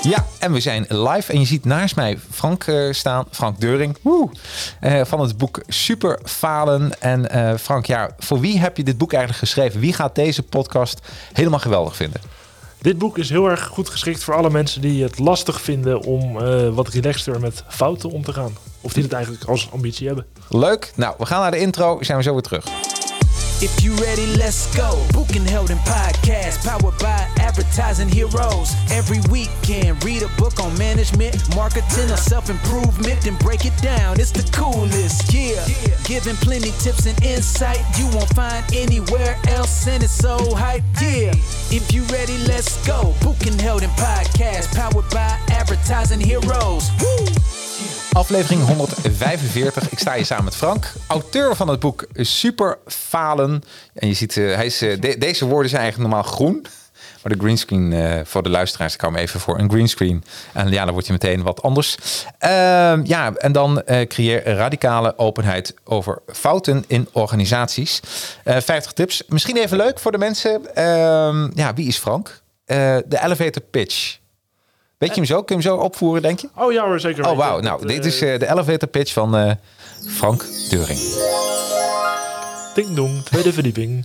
Ja, en we zijn live en je ziet naast mij Frank staan. Frank Deuring. Van het boek Super Falen. En Frank, ja, voor wie heb je dit boek eigenlijk geschreven? Wie gaat deze podcast helemaal geweldig vinden? Dit boek is heel erg goed geschikt voor alle mensen die het lastig vinden om wat relaxter met fouten om te gaan. Of die het eigenlijk als ambitie hebben. Leuk. Nou, we gaan naar de intro. Zijn we zo weer terug. If you ready, let's go. Book and Held in Podcast, powered by advertising heroes. Every weekend, read a book on management, marketing, or self-improvement, then break it down. It's the coolest, yeah. Giving plenty tips and insight you won't find anywhere else, and it's so hype, yeah. If you ready, let's go. Book and Held in Podcast, powered by advertising heroes. Woo! Aflevering 145. Ik sta hier samen met Frank, auteur van het boek Super Falen. En je ziet, deze woorden zijn eigenlijk normaal groen. Maar de greenscreen voor de luisteraars, ik hou me even voor een greenscreen. En ja, dan wordt hij meteen wat anders. En dan creëer radicale openheid over fouten in organisaties. 50 tips. Misschien even leuk voor de mensen. Wie is Frank? De elevator pitch. Weet je hem zo? Kun je hem zo opvoeren, denk je? Oh ja hoor, zeker. Oh wauw, nou, dit is de elevator pitch van Frank Deuring. Ding dong, tweede verdieping.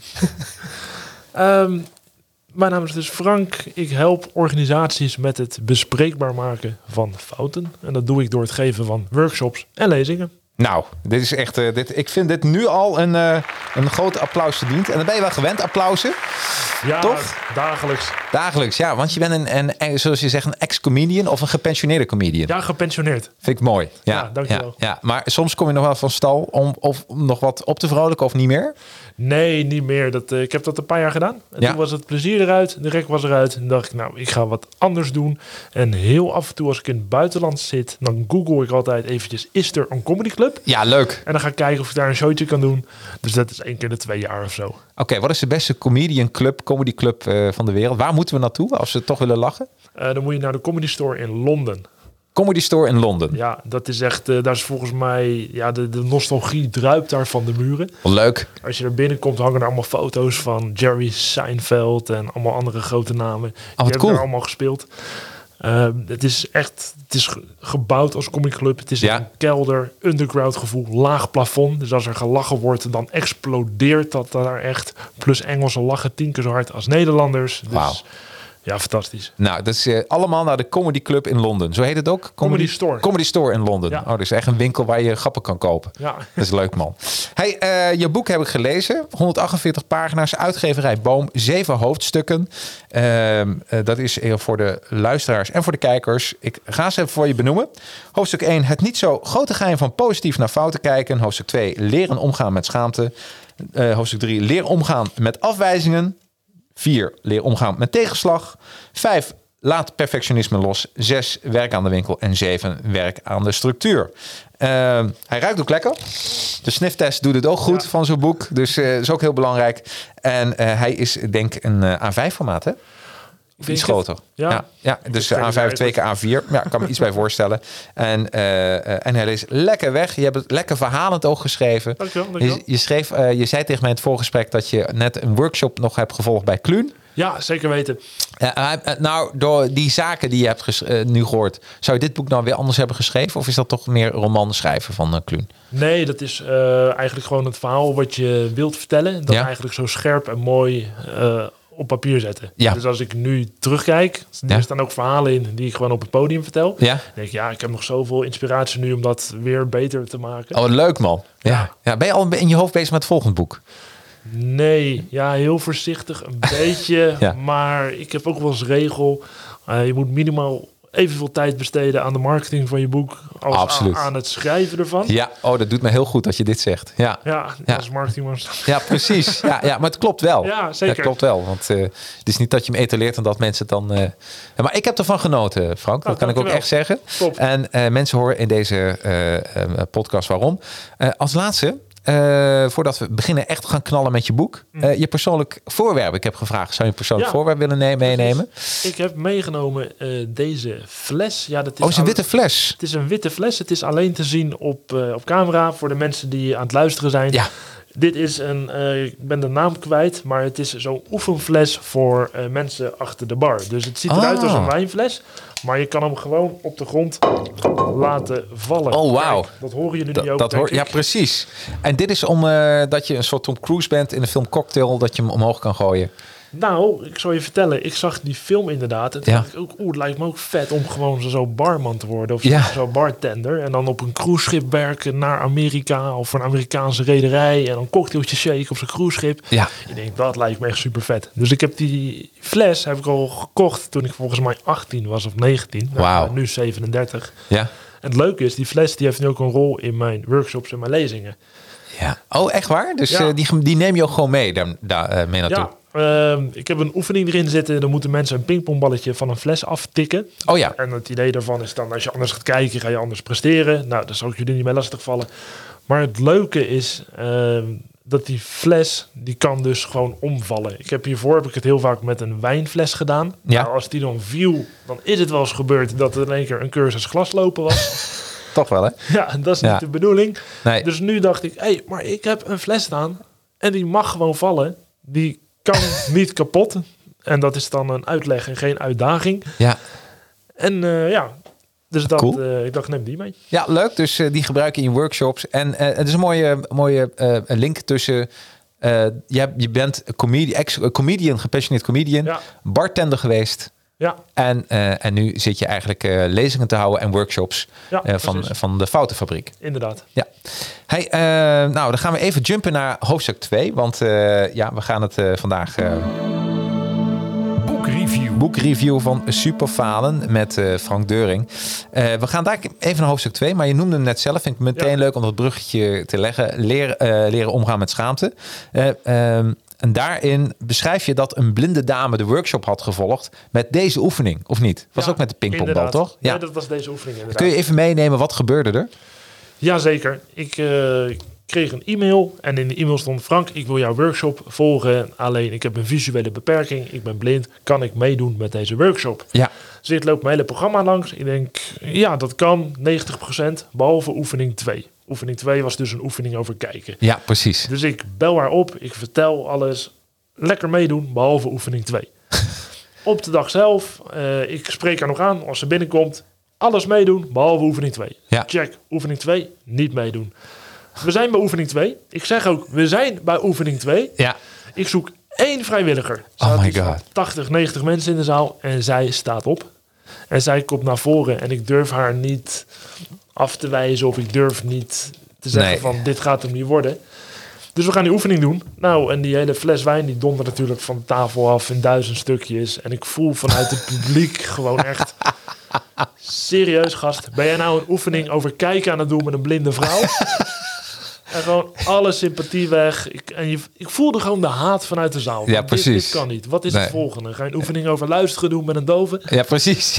Mijn naam is dus Frank. Ik help organisaties met het bespreekbaar maken van fouten. En dat doe ik door het geven van workshops en lezingen. Nou, dit is echt. Ik vind dit nu al een groot applaus verdiend. En dan ben je wel gewend, applausen. Ja, toch? Dagelijks. Dagelijks, ja. Want je bent zoals je zegt, een ex-comedian of een gepensioneerde comedian. Ja, gepensioneerd. Vind ik mooi. Ja, dankjewel. Ja. Maar soms kom je nog wel van stal om nog wat op te vrolijken of niet meer? Nee, niet meer. Ik heb dat een paar jaar gedaan. En toen was het plezier eruit, de rek was eruit. En dacht ik, nou, ik ga wat anders doen. En heel af en toe als ik in het buitenland zit, dan google ik altijd eventjes, is er een comedyclub? Ja, leuk. En dan ga ik kijken of ik daar een showtje kan doen. Dus dat is 1 keer de 2 jaar of zo. Oké, wat is de beste comedy club van de wereld? Waar moeten we naartoe als we toch willen lachen? Dan moet je naar de Comedy Store in Londen. Comedy Store in Londen. Ja, dat is echt, daar is volgens mij, ja, de nostalgie druipt daar van de muren. Leuk. Als je er binnenkomt, hangen er allemaal foto's van Jerry Seinfeld en allemaal andere grote namen. Die hebben cool. daar allemaal gespeeld. Het is gebouwd als comedyclub. Het is een kelder, underground gevoel, laag plafond. Dus als er gelachen wordt, dan explodeert dat daar echt. Plus Engelsen lachen 10 keer zo hard als Nederlanders. Dus, wauw. Ja, fantastisch. Nou, dat is allemaal naar de Comedy Club in Londen. Zo heet het ook? Comedy Store. Comedy Store in Londen. Ja. Oh, dat is echt een winkel waar je grappen kan kopen. Ja. Dat is leuk, man. Hey, je boek heb ik gelezen. 148 pagina's, uitgeverij Boom. 7 hoofdstukken. Dat is voor de luisteraars en voor de kijkers. Ik ga ze even voor je benoemen. Hoofdstuk 1, het niet zo grote geheim van positief naar fouten kijken. Hoofdstuk 2, leren omgaan met schaamte. Hoofdstuk 3, leer omgaan met afwijzingen. 4, leer omgaan met tegenslag. 5, laat perfectionisme los. 6, werk aan de winkel. En 7, werk aan de structuur. Hij ruikt ook lekker. De sniftest doet het ook goed van zo'n boek. Dus dat is ook heel belangrijk. En hij is denk ik een A5-formaat, hè? Of iets groter. Ja, dus A5 2 keer A4. Ja, ik kan me iets bij voorstellen. En hij is lekker weg. Je hebt het lekker verhalend ook geschreven. Dankjewel. Je zei tegen mij in het voorgesprek dat je net een workshop nog hebt gevolgd bij Kluun. Ja, zeker weten. Nou, door die zaken die je hebt nu gehoord, zou je dit boek nou weer anders hebben geschreven? Of is dat toch meer roman schrijven van Kluun? Nee, dat is eigenlijk gewoon het verhaal wat je wilt vertellen. Dat eigenlijk zo scherp en mooi op papier zetten. Ja. Dus als ik nu terugkijk, er staan ook verhalen in die ik gewoon op het podium vertel. Ja. Dan denk ik, ik heb nog zoveel inspiratie nu om dat weer beter te maken. Oh, leuk man. Ja. Ben je al in je hoofd bezig met het volgende boek? Nee, heel voorzichtig een beetje. Maar ik heb ook wel eens regel. Je moet minimaal evenveel tijd besteden aan de marketing van je boek als aan het schrijven ervan. Ja, dat doet me heel goed dat je dit zegt. Ja, als marketingman. Ja, precies. Ja, maar het klopt wel. Ja, zeker. Het klopt wel, want het is niet dat je hem etaleert en dat mensen het dan... Maar ik heb ervan genoten, Frank. Dat kan ik ook echt zeggen. Top. En mensen horen in deze podcast waarom. Als laatste... voordat we beginnen echt gaan knallen met je boek. Je persoonlijk voorwerp. Ik heb gevraagd, zou je een persoonlijk voorwerp willen meenemen? Ik heb meegenomen deze fles. Ja, dat is is een witte fles. Het is een witte fles. Het is alleen te zien op camera voor de mensen die aan het luisteren zijn. Ja. Dit is ik ben de naam kwijt, maar het is zo'n oefenfles voor mensen achter de bar. Dus het ziet eruit als een wijnfles, maar je kan hem gewoon op de grond laten vallen. Oh, wauw. Kijk, dat horen jullie nu ook, Ja, precies. En dit is dat je een soort Tom Cruise bent in de film Cocktail, dat je hem omhoog kan gooien. Nou, ik zal je vertellen, ik zag die film inderdaad. En toen dacht ik ook, het lijkt me ook vet om gewoon zo barman te worden. Of zo bartender. En dan op een cruiseschip werken naar Amerika of voor een Amerikaanse rederij. En dan cocktailtjes shaken op zo'n cruiseschip. Ja. Ik denk, dat lijkt me echt super vet. Dus ik heb die fles al gekocht toen ik volgens mij 18 was of 19. Wauw. Nu 37. Ja. En het leuke is, die fles die heeft nu ook een rol in mijn workshops en mijn lezingen. Ja. Oh, echt waar? Dus die neem je ook gewoon mee mee naartoe? Ja. Ik heb een oefening erin zitten. Dan moeten mensen een pingpongballetje van een fles aftikken. Oh ja. En het idee daarvan is dan, als je anders gaat kijken, ga je anders presteren. Nou, dat zal ik jullie niet meer lastig vallen. Maar het leuke is dat die fles, die kan dus gewoon omvallen. Heb ik het heel vaak met een wijnfles gedaan. Ja. Nou, als die dan viel, dan is het wel eens gebeurd dat er in één keer een cursus glaslopen was. Toch wel, hè? Ja, dat is niet de bedoeling. Nee. Dus nu dacht ik, maar ik heb een fles staan en die mag gewoon vallen. Die kan niet kapot. En dat is dan een uitleg en geen uitdaging. Ja. En dus dat, cool. Ik dacht, neem die mee. Ja, leuk. Dus die gebruik je in workshops. En het is een mooie link tussen... je bent comedian, gepassioneerd comedian. Ja. Bartender geweest. Ja. En nu zit je eigenlijk lezingen te houden en workshops van de Foutenfabriek. Inderdaad. Ja. Hey, nou, dan gaan we even jumpen naar hoofdstuk 2. Want we gaan het vandaag... Boekreview van Superfalen met Frank Deuring. We gaan daar even naar hoofdstuk 2. Maar je noemde hem net zelf. Vind ik meteen leuk om dat bruggetje te leggen. Leren omgaan met schaamte. En daarin beschrijf je dat een blinde dame de workshop had gevolgd met deze oefening, of niet? Was ook met de pingpongbal, toch? Ja, dat was deze oefening inderdaad. Kun je even meenemen, wat gebeurde er? Jazeker. Ik kreeg een e-mail en in de e-mail stond: Frank, ik wil jouw workshop volgen. Alleen ik heb een visuele beperking. Ik ben blind. Kan ik meedoen met deze workshop? Ja. Dus ik loop mijn hele programma langs. Ik denk, ja, dat kan 90%, behalve oefening 2. Oefening 2 was dus een oefening over kijken. Ja, precies. Dus ik bel haar op. Ik vertel alles. Lekker meedoen, behalve oefening 2. Op de dag zelf, ik spreek haar nog aan. Als ze binnenkomt, alles meedoen, behalve oefening 2. Ja. Check, oefening 2, niet meedoen. We zijn bij oefening 2. Ik zeg ook, we zijn bij oefening 2. Ja. Ik zoek 1 vrijwilliger. Oh my god. 80, 90 mensen in de zaal en zij staat op. En zij komt naar voren en ik durf haar niet af te wijzen of ik durf niet te zeggen van dit gaat hem niet worden. Dus we gaan die oefening doen. Nou, en die hele fles wijn die dondert natuurlijk van de tafel af in 1000 stukjes. En ik voel vanuit het publiek gewoon echt... Serieus, gast. Ben jij nou een oefening over kijken aan het doen met een blinde vrouw? En gewoon alle sympathie weg. Ik voelde gewoon de haat vanuit de zaal. Ja, precies. Dit kan niet. Wat is het volgende? Ga je een oefening over luisteren doen met een dove? Ja, precies.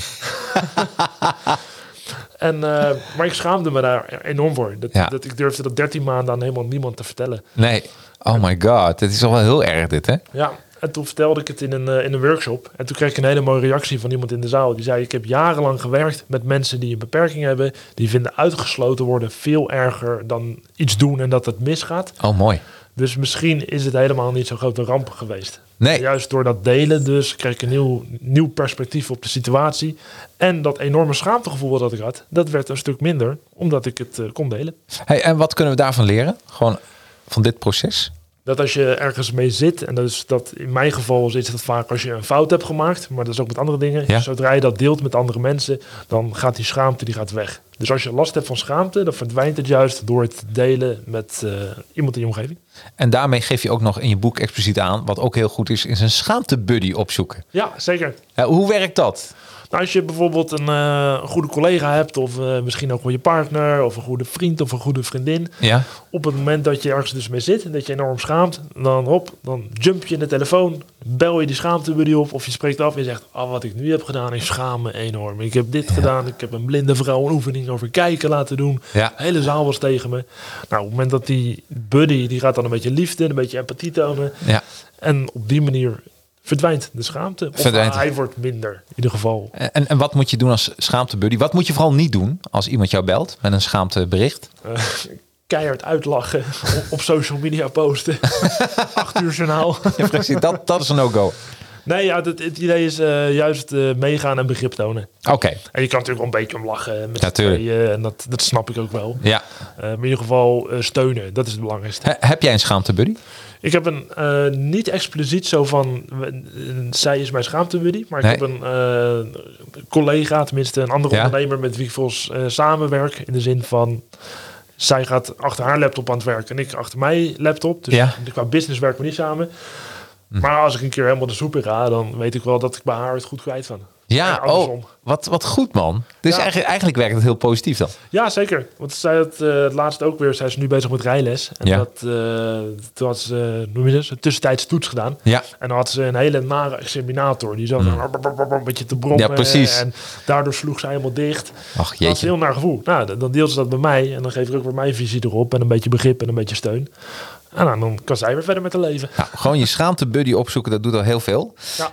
Maar ik schaamde me daar enorm voor. Dat ik durfde dat 13 maanden aan helemaal niemand te vertellen. Nee. Oh my god. Het is al wel heel erg dit, hè? Ja. En toen vertelde ik het in een workshop. En toen kreeg ik een hele mooie reactie van iemand in de zaal. Die zei, ik heb jarenlang gewerkt met mensen die een beperking hebben. Die vinden uitgesloten worden veel erger dan iets doen en dat het misgaat. Oh, mooi. Dus misschien is het helemaal niet zo'n grote ramp geweest. Nee. Juist door dat delen dus kreeg ik een nieuw perspectief op de situatie. En dat enorme schaamtegevoel dat ik had, dat werd een stuk minder. Omdat ik het kon delen. Hey, en wat kunnen we daarvan leren? Gewoon van dit proces? Dat als je ergens mee zit, en dat in mijn geval is het vaak als je een fout hebt gemaakt, maar dat is ook met andere dingen. Ja. Zodra je dat deelt met andere mensen, dan gaat die schaamte weg. Dus als je last hebt van schaamte, dan verdwijnt het juist door het delen met iemand in je omgeving. En daarmee geef je ook nog in je boek expliciet aan, wat ook heel goed is een schaamtebuddy opzoeken. Ja, zeker. Hoe werkt dat? Nou, als je bijvoorbeeld een goede collega hebt, of misschien ook wel je partner, of een goede vriend of een goede vriendin. Ja. Op het moment dat je ergens dus mee zit en dat je enorm schaamt, dan jump je in de telefoon, bel je die schaamtebuddy op, of je spreekt af en je zegt, wat ik nu heb gedaan, ik schaam me enorm. Ik heb dit gedaan, ik heb een blinde vrouw een oefening over kijken laten doen. Ja. De hele zaal was tegen me. Nou, op het moment dat die buddy, die gaat dan een beetje liefde, een beetje empathie tonen. Ja. En op die manier verdwijnt de schaamte. Of hij wordt minder, in ieder geval. En wat moet je doen als schaamtebuddy? Wat moet je vooral niet doen als iemand jou belt met een schaamtebericht? keihard uitlachen, op social media posten. 8 uur journaal. Ja, precies. Dat is een no-go. Nee, ja, het idee is juist meegaan en begrip tonen. Oké. En je kan natuurlijk wel een beetje om lachen met Natuurlijk. en dat snap ik ook wel. Ja. Maar in ieder geval steunen, dat is het belangrijkste. Heb jij een schaamtebuddy? Ik heb een niet expliciet zo van, zij is mijn schaamtebuddy, maar ik heb een collega, tenminste een andere ondernemer met wie ik volgens samenwerk. In de zin van, zij gaat achter haar laptop aan het werk en ik achter mijn laptop. Dus qua business werken we niet samen. Maar als ik een keer helemaal de soep in ga, dan weet ik wel dat ik bij haar het goed kwijt van. Ja, wat goed man. Dus eigenlijk werkt het heel positief dan. Ja, zeker. Want zij had het laatst ook weer, zij is nu bezig met rijles. En toen had ze, noem je dat, een tussentijds toets gedaan. Ja. En dan had ze een hele nare examinator. Die zat een beetje te brommen. Ja, precies. En daardoor sloeg zij helemaal dicht. Ach, jeetje. Dat was een heel naar gevoel. Nou, dan deelt ze dat bij mij. En dan geef ik ook weer mijn visie erop. En een beetje begrip en een beetje steun. En dan kan zij weer verder met haar leven. Nou, gewoon je schaamtebuddy opzoeken, dat doet al heel veel.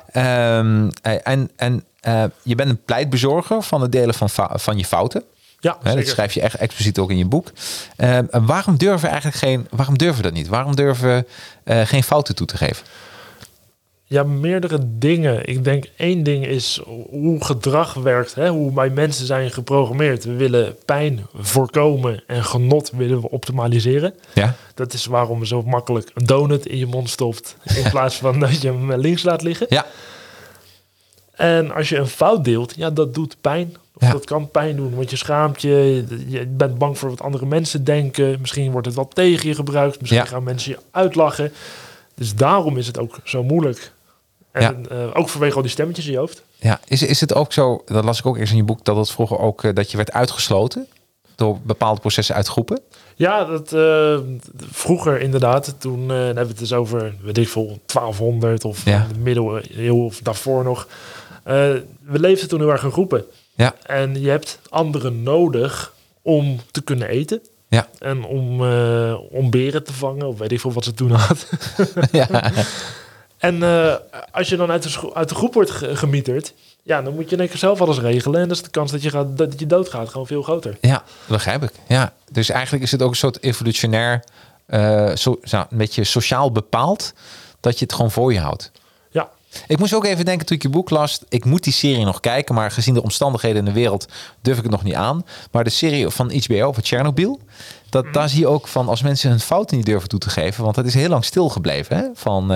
Ja. Je bent een pleitbezorger van het delen van je fouten. Ja, dat schrijf je echt expliciet ook in je boek. Waarom durven we dat niet? Waarom durven we geen fouten toe te geven? Ja, meerdere dingen. Ik denk 1 ding is hoe gedrag werkt. Hè? Hoe wij mensen zijn geprogrammeerd. We willen pijn voorkomen en genot willen we optimaliseren. Ja. Dat is waarom we zo makkelijk een donut in je mond stopt. In plaats van dat je hem links laat liggen. Ja. En als je een fout deelt, ja, dat doet pijn. Of dat kan pijn doen, want je schaamt je. Je bent bang voor wat andere mensen denken. Misschien wordt het wel tegen je gebruikt. Misschien gaan mensen je uitlachen. Dus daarom is het ook zo moeilijk. En ook vanwege al die stemmetjes in je hoofd. Ja, is het ook zo, dat las ik ook eerst in je boek, dat het vroeger ook dat je werd uitgesloten door bepaalde processen uit groepen? Ja, dat vroeger inderdaad. Toen hebben we het dus over, weet ik veel, 1200 of de middeleeuwen of daarvoor nog. We leefden toen heel erg in groepen. Ja. En je hebt anderen nodig om te kunnen eten. Ja. En om beren te vangen, of weet ik veel wat ze toen had. Ja. En als je dan uit de groep wordt gemieterd, ja, dan moet je in één keer zelf alles regelen. En dus de kans dat je doodgaat gewoon veel groter. Ja, dat begrijp ik. Ja. Dus eigenlijk is het ook een soort evolutionair, een beetje sociaal bepaald, dat je het gewoon voor je houdt. Ja. Ik moest ook even denken toen ik je boek las, ik moet die serie nog kijken, maar gezien de omstandigheden in de wereld durf ik het nog niet aan. Maar de serie van HBO over Tsjernobyl, daar zie je ook van als mensen hun fouten niet durven toe te geven, want dat is heel lang stilgebleven. Hè? Van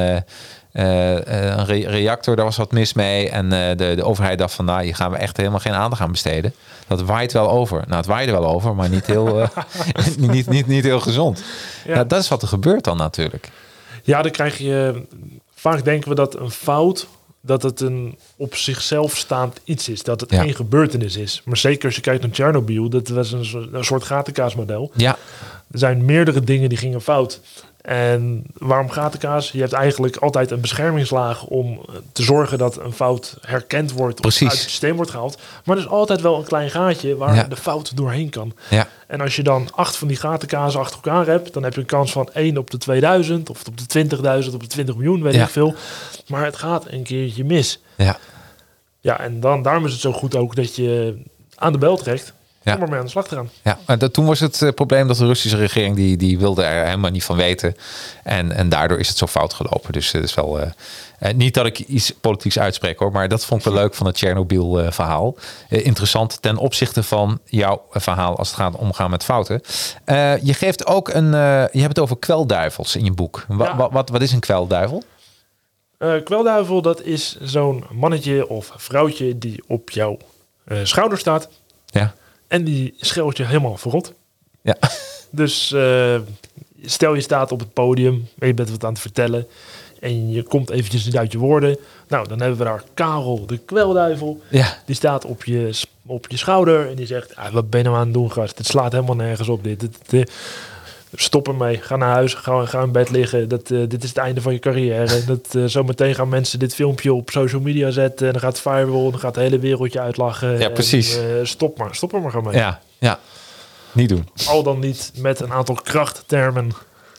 een reactor, daar was wat mis mee. En de overheid dacht van, hier gaan we echt helemaal geen aandacht aan besteden. Dat waait wel over. Nou, het waaide wel over, maar niet heel, niet heel gezond. Ja. Nou, dat is wat er gebeurt dan natuurlijk. Ja, dan krijg je... Vaak denken we dat een fout, dat het een op zichzelf staand iets is. Dat het één gebeurtenis is. Maar zeker als je kijkt naar Tsjernobyl, dat was een soort gatenkaasmodel. Ja. Er zijn meerdere dingen die gingen fout. En waarom gatenkaas? Je hebt eigenlijk altijd een beschermingslaag om te zorgen dat een fout herkend wordt. Of uit het systeem wordt gehaald. Maar er is altijd wel een klein gaatje waar de fout doorheen kan. Ja. En als je dan 8 van die gatenkazen achter elkaar hebt, dan heb je een kans van 1 op de 2000 of op de 20.000 op de 20 miljoen, weet ik veel. Maar het gaat een keertje mis. Ja. Ja, en daarom is het zo goed ook dat je aan de bel trekt. Om er mee aan de slag te gaan. Ja, maar toen was het probleem dat de Russische regering die wilde er helemaal niet van weten. En daardoor is het zo fout gelopen. Dus het is wel niet dat ik iets politieks uitspreek hoor, maar dat vond ik wel leuk van het Tsjernobyl verhaal. Interessant ten opzichte van jouw verhaal als het gaat omgaan met fouten. Je geeft ook je hebt het over kwelduivels in je boek. Wat is een kwelduivel? Kwelduivel, dat is zo'n mannetje of vrouwtje die op jouw schouder staat. Ja. En die schelt je helemaal verrot. Ja. Dus stel je staat op het podium en je bent wat aan het vertellen en je komt eventjes niet uit je woorden. Nou, dan hebben we daar Karel, de kwelduivel. Ja. Die staat op je schouder en die zegt, wat ben je nou aan het doen, gast? Het slaat helemaal nergens op dit. Stop ermee, ga naar huis, ga in bed liggen. Dit is het einde van je carrière. Zometeen gaan mensen dit filmpje op social media zetten en dan gaat het firewall, dan gaat het hele wereldje uitlachen. Ja, precies. En, stop er maar gewoon mee. Ja, niet doen. Al dan niet met een aantal krachttermen.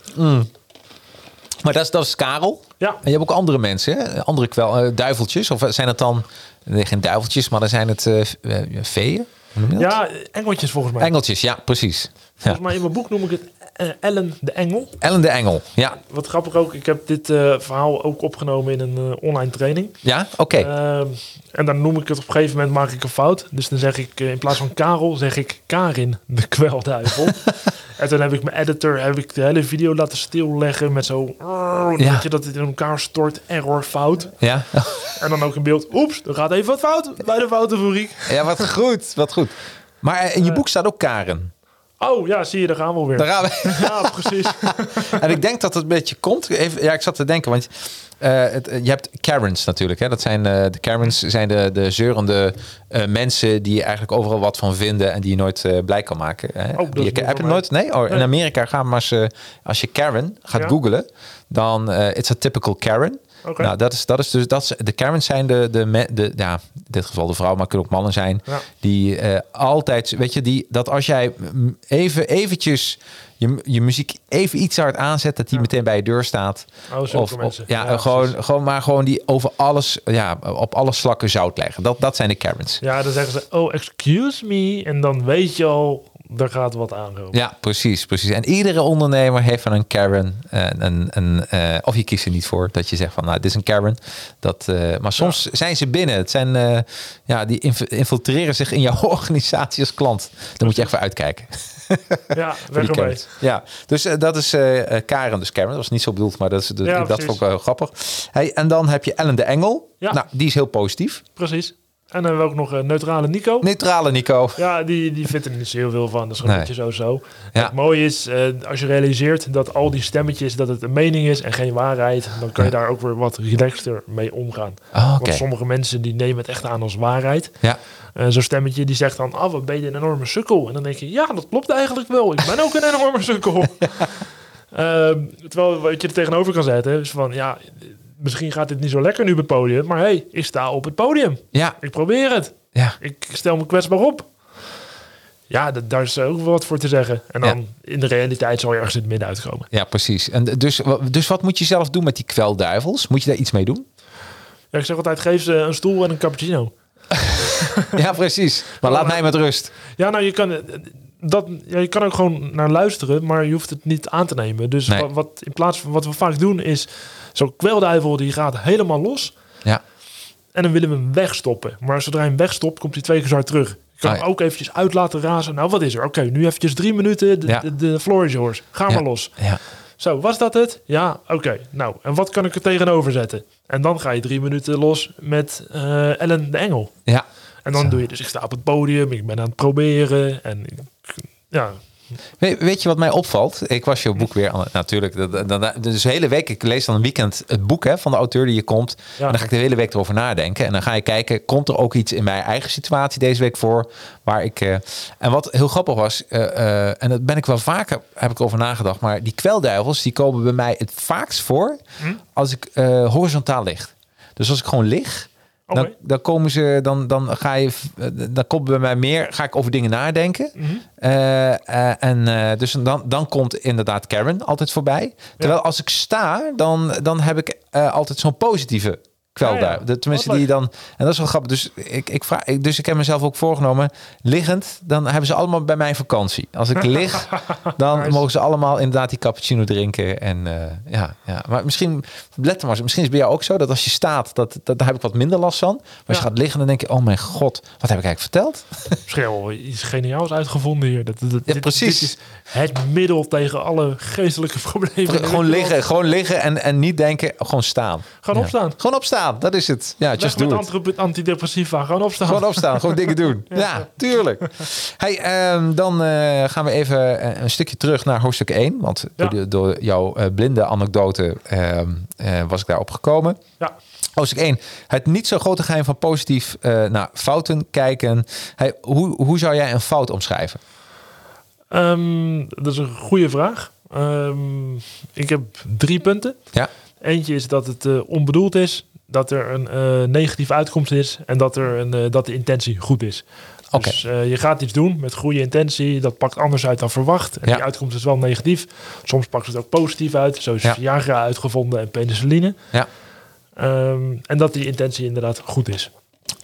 Maar dat is Karel. Ja. En je hebt ook andere mensen, hè? Andere duiveltjes. Of zijn het dan, geen duiveltjes, maar dan zijn het veeën? Ja, engeltjes volgens mij. Engeltjes, ja, precies. Volgens mij in mijn boek noem ik het Ellen de Engel. Ellen de Engel, ja. Wat grappig ook, ik heb dit verhaal ook opgenomen in een online training. Ja, oké. En dan noem ik het op een gegeven moment, maak ik een fout. Dus dan zeg ik in plaats van Karel, zeg ik Karin de kwelduivel. En toen heb ik mijn editor, de hele video laten stilleggen met zo... dat je dat het in elkaar stort, error, fout. Ja. En dan ook in beeld, oeps, er gaat even wat fout bij de foutenfabriek. Ja, wat goed, wat goed. Maar in je boek staat ook Karen. Oh ja, zie je, daar gaan we alweer. Daar gaan we. Ja, precies. En ik denk dat het een beetje komt. Even, ik zat te denken, want je hebt Karens natuurlijk. Hè? Dat zijn, de Karens zijn de zeurende mensen die je eigenlijk overal wat van vinden en die je nooit blij kan maken. Hè? Oh, heb je het nooit? Nee? Oh, in Amerika gaan maar als je Karen gaat googlen, dan it's a typical Karen. Okay. Nou, dat is de Karens zijn in dit geval de vrouw, maar kunnen ook mannen zijn. Ja. Die altijd, weet je, dat als jij eventjes je muziek even iets hard aanzet, dat die meteen bij je deur staat. Gewoon die over alles, op alle slakken zout leggen. Dat zijn de Karens. Ja, dan zeggen ze, oh, excuse me. En dan weet je al, er gaat wat aankomen. Ja, precies. En iedere ondernemer heeft van een Karen. Of je kiest er niet voor. Dat je zegt van, nou, dit is een Karen. Maar soms zijn ze binnen. Het zijn, die infiltreren zich in jouw organisatie als klant. Dan moet je echt voor uitkijken. Ja, weg ermee. Ja, dus dat is Karen. Dus Karen, dat was niet zo bedoeld, maar dat vond ik wel grappig. Hey, en dan heb je Ellen de Engel. Ja. Nou, die is heel positief. Precies. En dan hebben we ook nog neutrale Nico. Neutrale Nico. Ja, die vindt er niet zo heel veel van. Dat is gewoon een beetje zo. Ja. Het mooie is, als je realiseert dat al die stemmetjes, dat het een mening is en geen waarheid, dan kan je daar ook weer wat relaxter mee omgaan. Want sommige mensen die nemen het echt aan als waarheid. Ja. Zo'n stemmetje die zegt dan, wat ben je een enorme sukkel? En dan denk je, ja, dat klopt eigenlijk wel. Ik ben ook een enorme sukkel. Terwijl wat je er tegenover kan zetten is van, ja, misschien gaat dit niet zo lekker nu op het podium, maar hey, ik sta op het podium. Ja. Ik probeer het. Ja. Ik stel me kwetsbaar op. Ja, daar is ook wat voor te zeggen. En dan in de realiteit zal je ergens in het midden uitkomen. Ja, precies. En dus wat moet je zelf doen met die kwelduivels? Moet je daar iets mee doen? Ja, ik zeg altijd, geef ze een stoel en een cappuccino. Ja, precies. Maar laat mij met rust. Ja, nou, je kan ook gewoon naar luisteren, maar je hoeft het niet aan te nemen. Dus wat in plaats van wat we vaak doen is, zo'n kwelduivel die gaat helemaal los. Ja. En dan willen we hem wegstoppen. Maar zodra je hem wegstopt, komt hij 2 keer zo hard terug. Je kan hem ook eventjes uit laten razen. Nou, wat is er? Oké, nu eventjes 3 minuten. De floor is yours. Ga maar los. Ja. Zo, was dat het? Ja, oké. Nou, en wat kan ik er tegenover zetten? En dan ga je 3 minuten los met Ellen de Engel. Ja. En dan doe je dus, ik sta op het podium, ik ben aan het proberen. En ja. Weet je wat mij opvalt? Ik was je boek weer natuurlijk. Dus de hele week, ik lees dan een weekend het boek van de auteur die je komt. Ja. En dan ga ik de hele week erover nadenken. En dan ga je kijken, komt er ook iets in mijn eigen situatie deze week voor? Waar ik. En wat heel grappig was, en dat ben ik wel vaker, heb ik over nagedacht. Maar die kwelduivels, die komen bij mij het vaakst voor als ik horizontaal lig. Dus als ik gewoon lig. Okay. Dan komen ze, dan komt bij mij meer, ga ik over dingen nadenken. Dus dan komt inderdaad Karen altijd voorbij. Terwijl als ik sta, dan heb ik altijd zo'n positieve kwelduivel. Tenminste die dan, en dat is wel grappig. Dus ik heb mezelf ook voorgenomen, liggend, dan hebben ze allemaal bij mij vakantie. Als ik lig, dan mogen ze allemaal inderdaad die cappuccino drinken. En maar misschien, let maar, misschien is het bij jou ook zo dat als je staat, daar heb ik wat minder last van. Maar als je gaat liggen, dan denk je, oh mijn god, wat heb ik eigenlijk verteld? Misschien wel iets geniaals uitgevonden hier. Precies. Dit is het middel tegen alle geestelijke problemen. Gewoon liggen en niet denken, gewoon staan. Gewoon opstaan. Gewoon opstaan. Dat is het. Ja, just do it. Antidepressiva. Gewoon opstaan. Gewoon opstaan. Gewoon dingen doen. Ja, tuurlijk. Hey, dan gaan we even een stukje terug naar hoofdstuk 1. Want door jouw blinde anekdote was ik daarop gekomen. Ja. Hoofdstuk 1. Het niet zo grote geheim van positief naar fouten kijken. Hey, hoe zou jij een fout omschrijven? Dat is een goede vraag. Ik heb 3 punten. Ja. Eentje is dat het onbedoeld is. Dat er een negatieve uitkomst is en dat de intentie goed is. Okay. Dus je gaat iets doen met goede intentie. Dat pakt anders uit dan verwacht. En die uitkomst is wel negatief. Soms pakt het ook positief uit. Zo is Viagra uitgevonden en penicilline. Ja. En dat die intentie inderdaad goed is.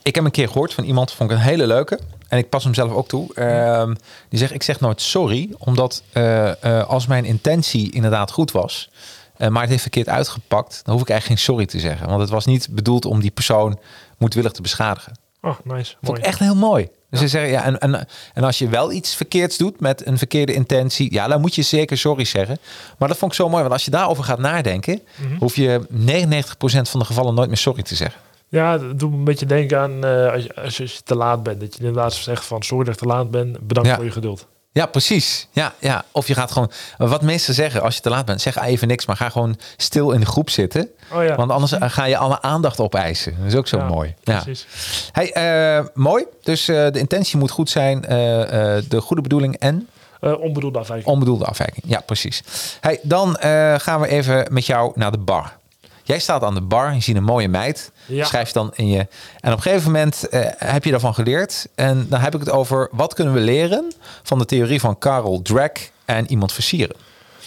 Ik heb een keer gehoord van iemand, vond ik een hele leuke. En ik pas hem zelf ook toe. Die zegt, ik zeg nooit sorry. Omdat als mijn intentie inderdaad goed was... maar het heeft verkeerd uitgepakt... dan hoef ik eigenlijk geen sorry te zeggen. Want het was niet bedoeld om die persoon moedwillig te beschadigen. Oh, nice. Vond ik echt heel mooi. Dus ze zeggen, ja, en als je wel iets verkeerds doet met een verkeerde intentie... ja, dan moet je zeker sorry zeggen. Maar dat vond ik zo mooi. Want als je daarover gaat nadenken... hoef je 99% van de gevallen nooit meer sorry te zeggen. Ja, dat doet me een beetje denken aan als je te laat bent. Dat je inderdaad zegt van sorry dat ik te laat ben. Bedankt voor je geduld. Ja, precies. Ja. Of je gaat gewoon... Wat mensen zeggen als je te laat bent... zeg even niks, maar ga gewoon stil in de groep zitten. Oh ja. Want anders ga je alle aandacht opeisen. Dat is ook zo mooi. Precies. Ja. Hey, mooi. Dus de intentie moet goed zijn. De goede bedoeling en... onbedoelde afwijking. Onbedoelde afwijking, ja precies. Hey, dan gaan we even met jou naar de bar. Jij staat aan de bar, je ziet een mooie meid. Ja. Schrijf dan in je... En op een gegeven moment heb je daarvan geleerd. En dan heb ik het over... wat kunnen we leren van de theorie van Carol Dweck en iemand versieren?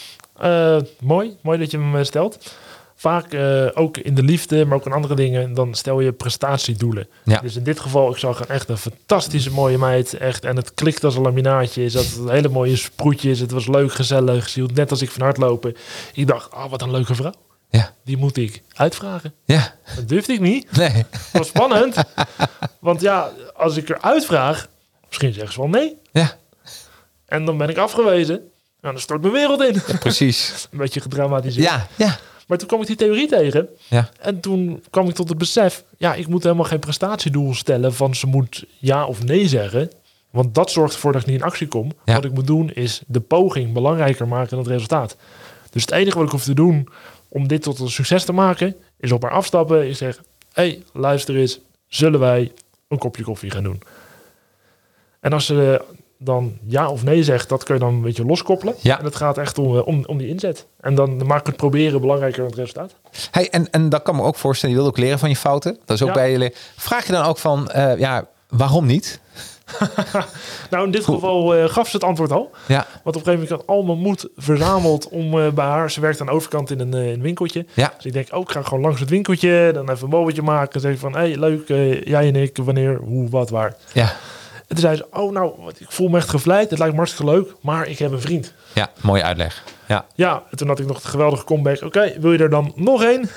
Mooi dat je me stelt. Vaak ook in de liefde, maar ook in andere dingen... dan stel je prestatiedoelen. Ja. Dus in dit geval, ik zag echt een fantastische mooie meid. Echt, en het klikt als een laminaatje. Is dat hele mooie sproetjes. Het was leuk, gezellig. Ze hield net als ik van hardlopen. Ik dacht, wat een leuke vrouw. Ja. Die moet ik uitvragen. Ja. Dat durfde ik niet. Nee. Dat was spannend. Want ja, als ik er uitvraag... misschien zeggen ze wel nee. Ja. En dan ben ik afgewezen. En dan stort mijn wereld in. Ja, precies. Een beetje gedramatiseerd. Ja. Maar toen kwam ik die theorie tegen. Ja. En toen kwam ik tot het besef... ja, ik moet helemaal geen prestatiedoel stellen... van ze moet ja of nee zeggen. Want dat zorgt ervoor dat ik niet in actie kom. Ja. Wat ik moet doen is de poging belangrijker maken dan het resultaat. Dus het enige wat ik hoef te doen... om dit tot een succes te maken... is op haar afstappen. Ik zeg, hey, luister eens... zullen wij een kopje koffie gaan doen? En als ze dan ja of nee zegt... dat kun je dan een beetje loskoppelen. Ja. En het gaat echt om die inzet. En dan maak ik het proberen belangrijker dan het resultaat. Hey, en dat kan me ook voorstellen... je wilt ook leren van je fouten. Dat is ook bij je... Vraag je dan ook van... waarom niet? Nou, in dit geval gaf ze het antwoord al. Ja. Want op een gegeven moment had al mijn moed verzameld om bij haar... Ze werkt aan de overkant in een winkeltje. Ja. Dus ik denk, ik ga gewoon langs het winkeltje. Dan even een bolletje maken. Zeg van, hey, leuk, jij en ik, wanneer, hoe, wat, waar. Ja. En toen zei ze, ik voel me echt gevleid. Het lijkt me hartstikke leuk, maar ik heb een vriend. Ja, mooie uitleg. Ja, en toen had ik nog de geweldige comeback. Oké, wil je er dan nog één?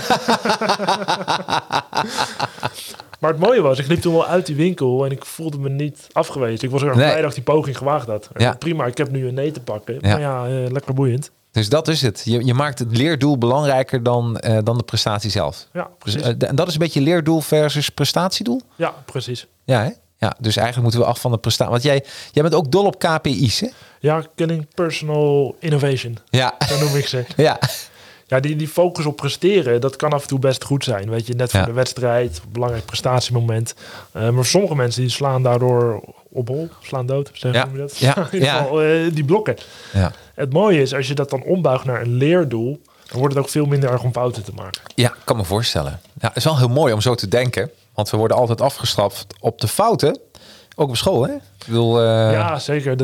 Maar het mooie was, ik liep toen wel uit die winkel en ik voelde me niet afgewezen. Ik was er blij dat ik die poging gewaagd had. Ja. Prima, ik heb nu een nee te pakken. Ja. Maar lekker boeiend. Dus dat is het. Je maakt het leerdoel belangrijker dan de prestatie zelf. Ja, precies. Dus, en dat is een beetje leerdoel versus prestatiedoel? Ja, precies. Ja, hè? Ja, dus eigenlijk moeten we af van de prestatie. Want jij bent ook dol op KPI's, hè? Ja, Kenning Personal Innovation. Ja. Zo noem ik ze. Ja. Ja, die focus op presteren, dat kan af en toe best goed zijn. Weet je, net voor de wedstrijd, een belangrijk prestatiemoment. Maar sommige mensen die slaan daardoor op hol, slaan dood. Zeggen we dat? Ja. In ieder geval, die blokken. Ja. Het mooie is, als je dat dan ombuigt naar een leerdoel, dan wordt het ook veel minder erg om fouten te maken. Ja, kan me voorstellen. Ja, het is wel heel mooi om zo te denken. Want we worden altijd afgestraft op de fouten. Ook op school, hè? Ik bedoel, Ja, zeker.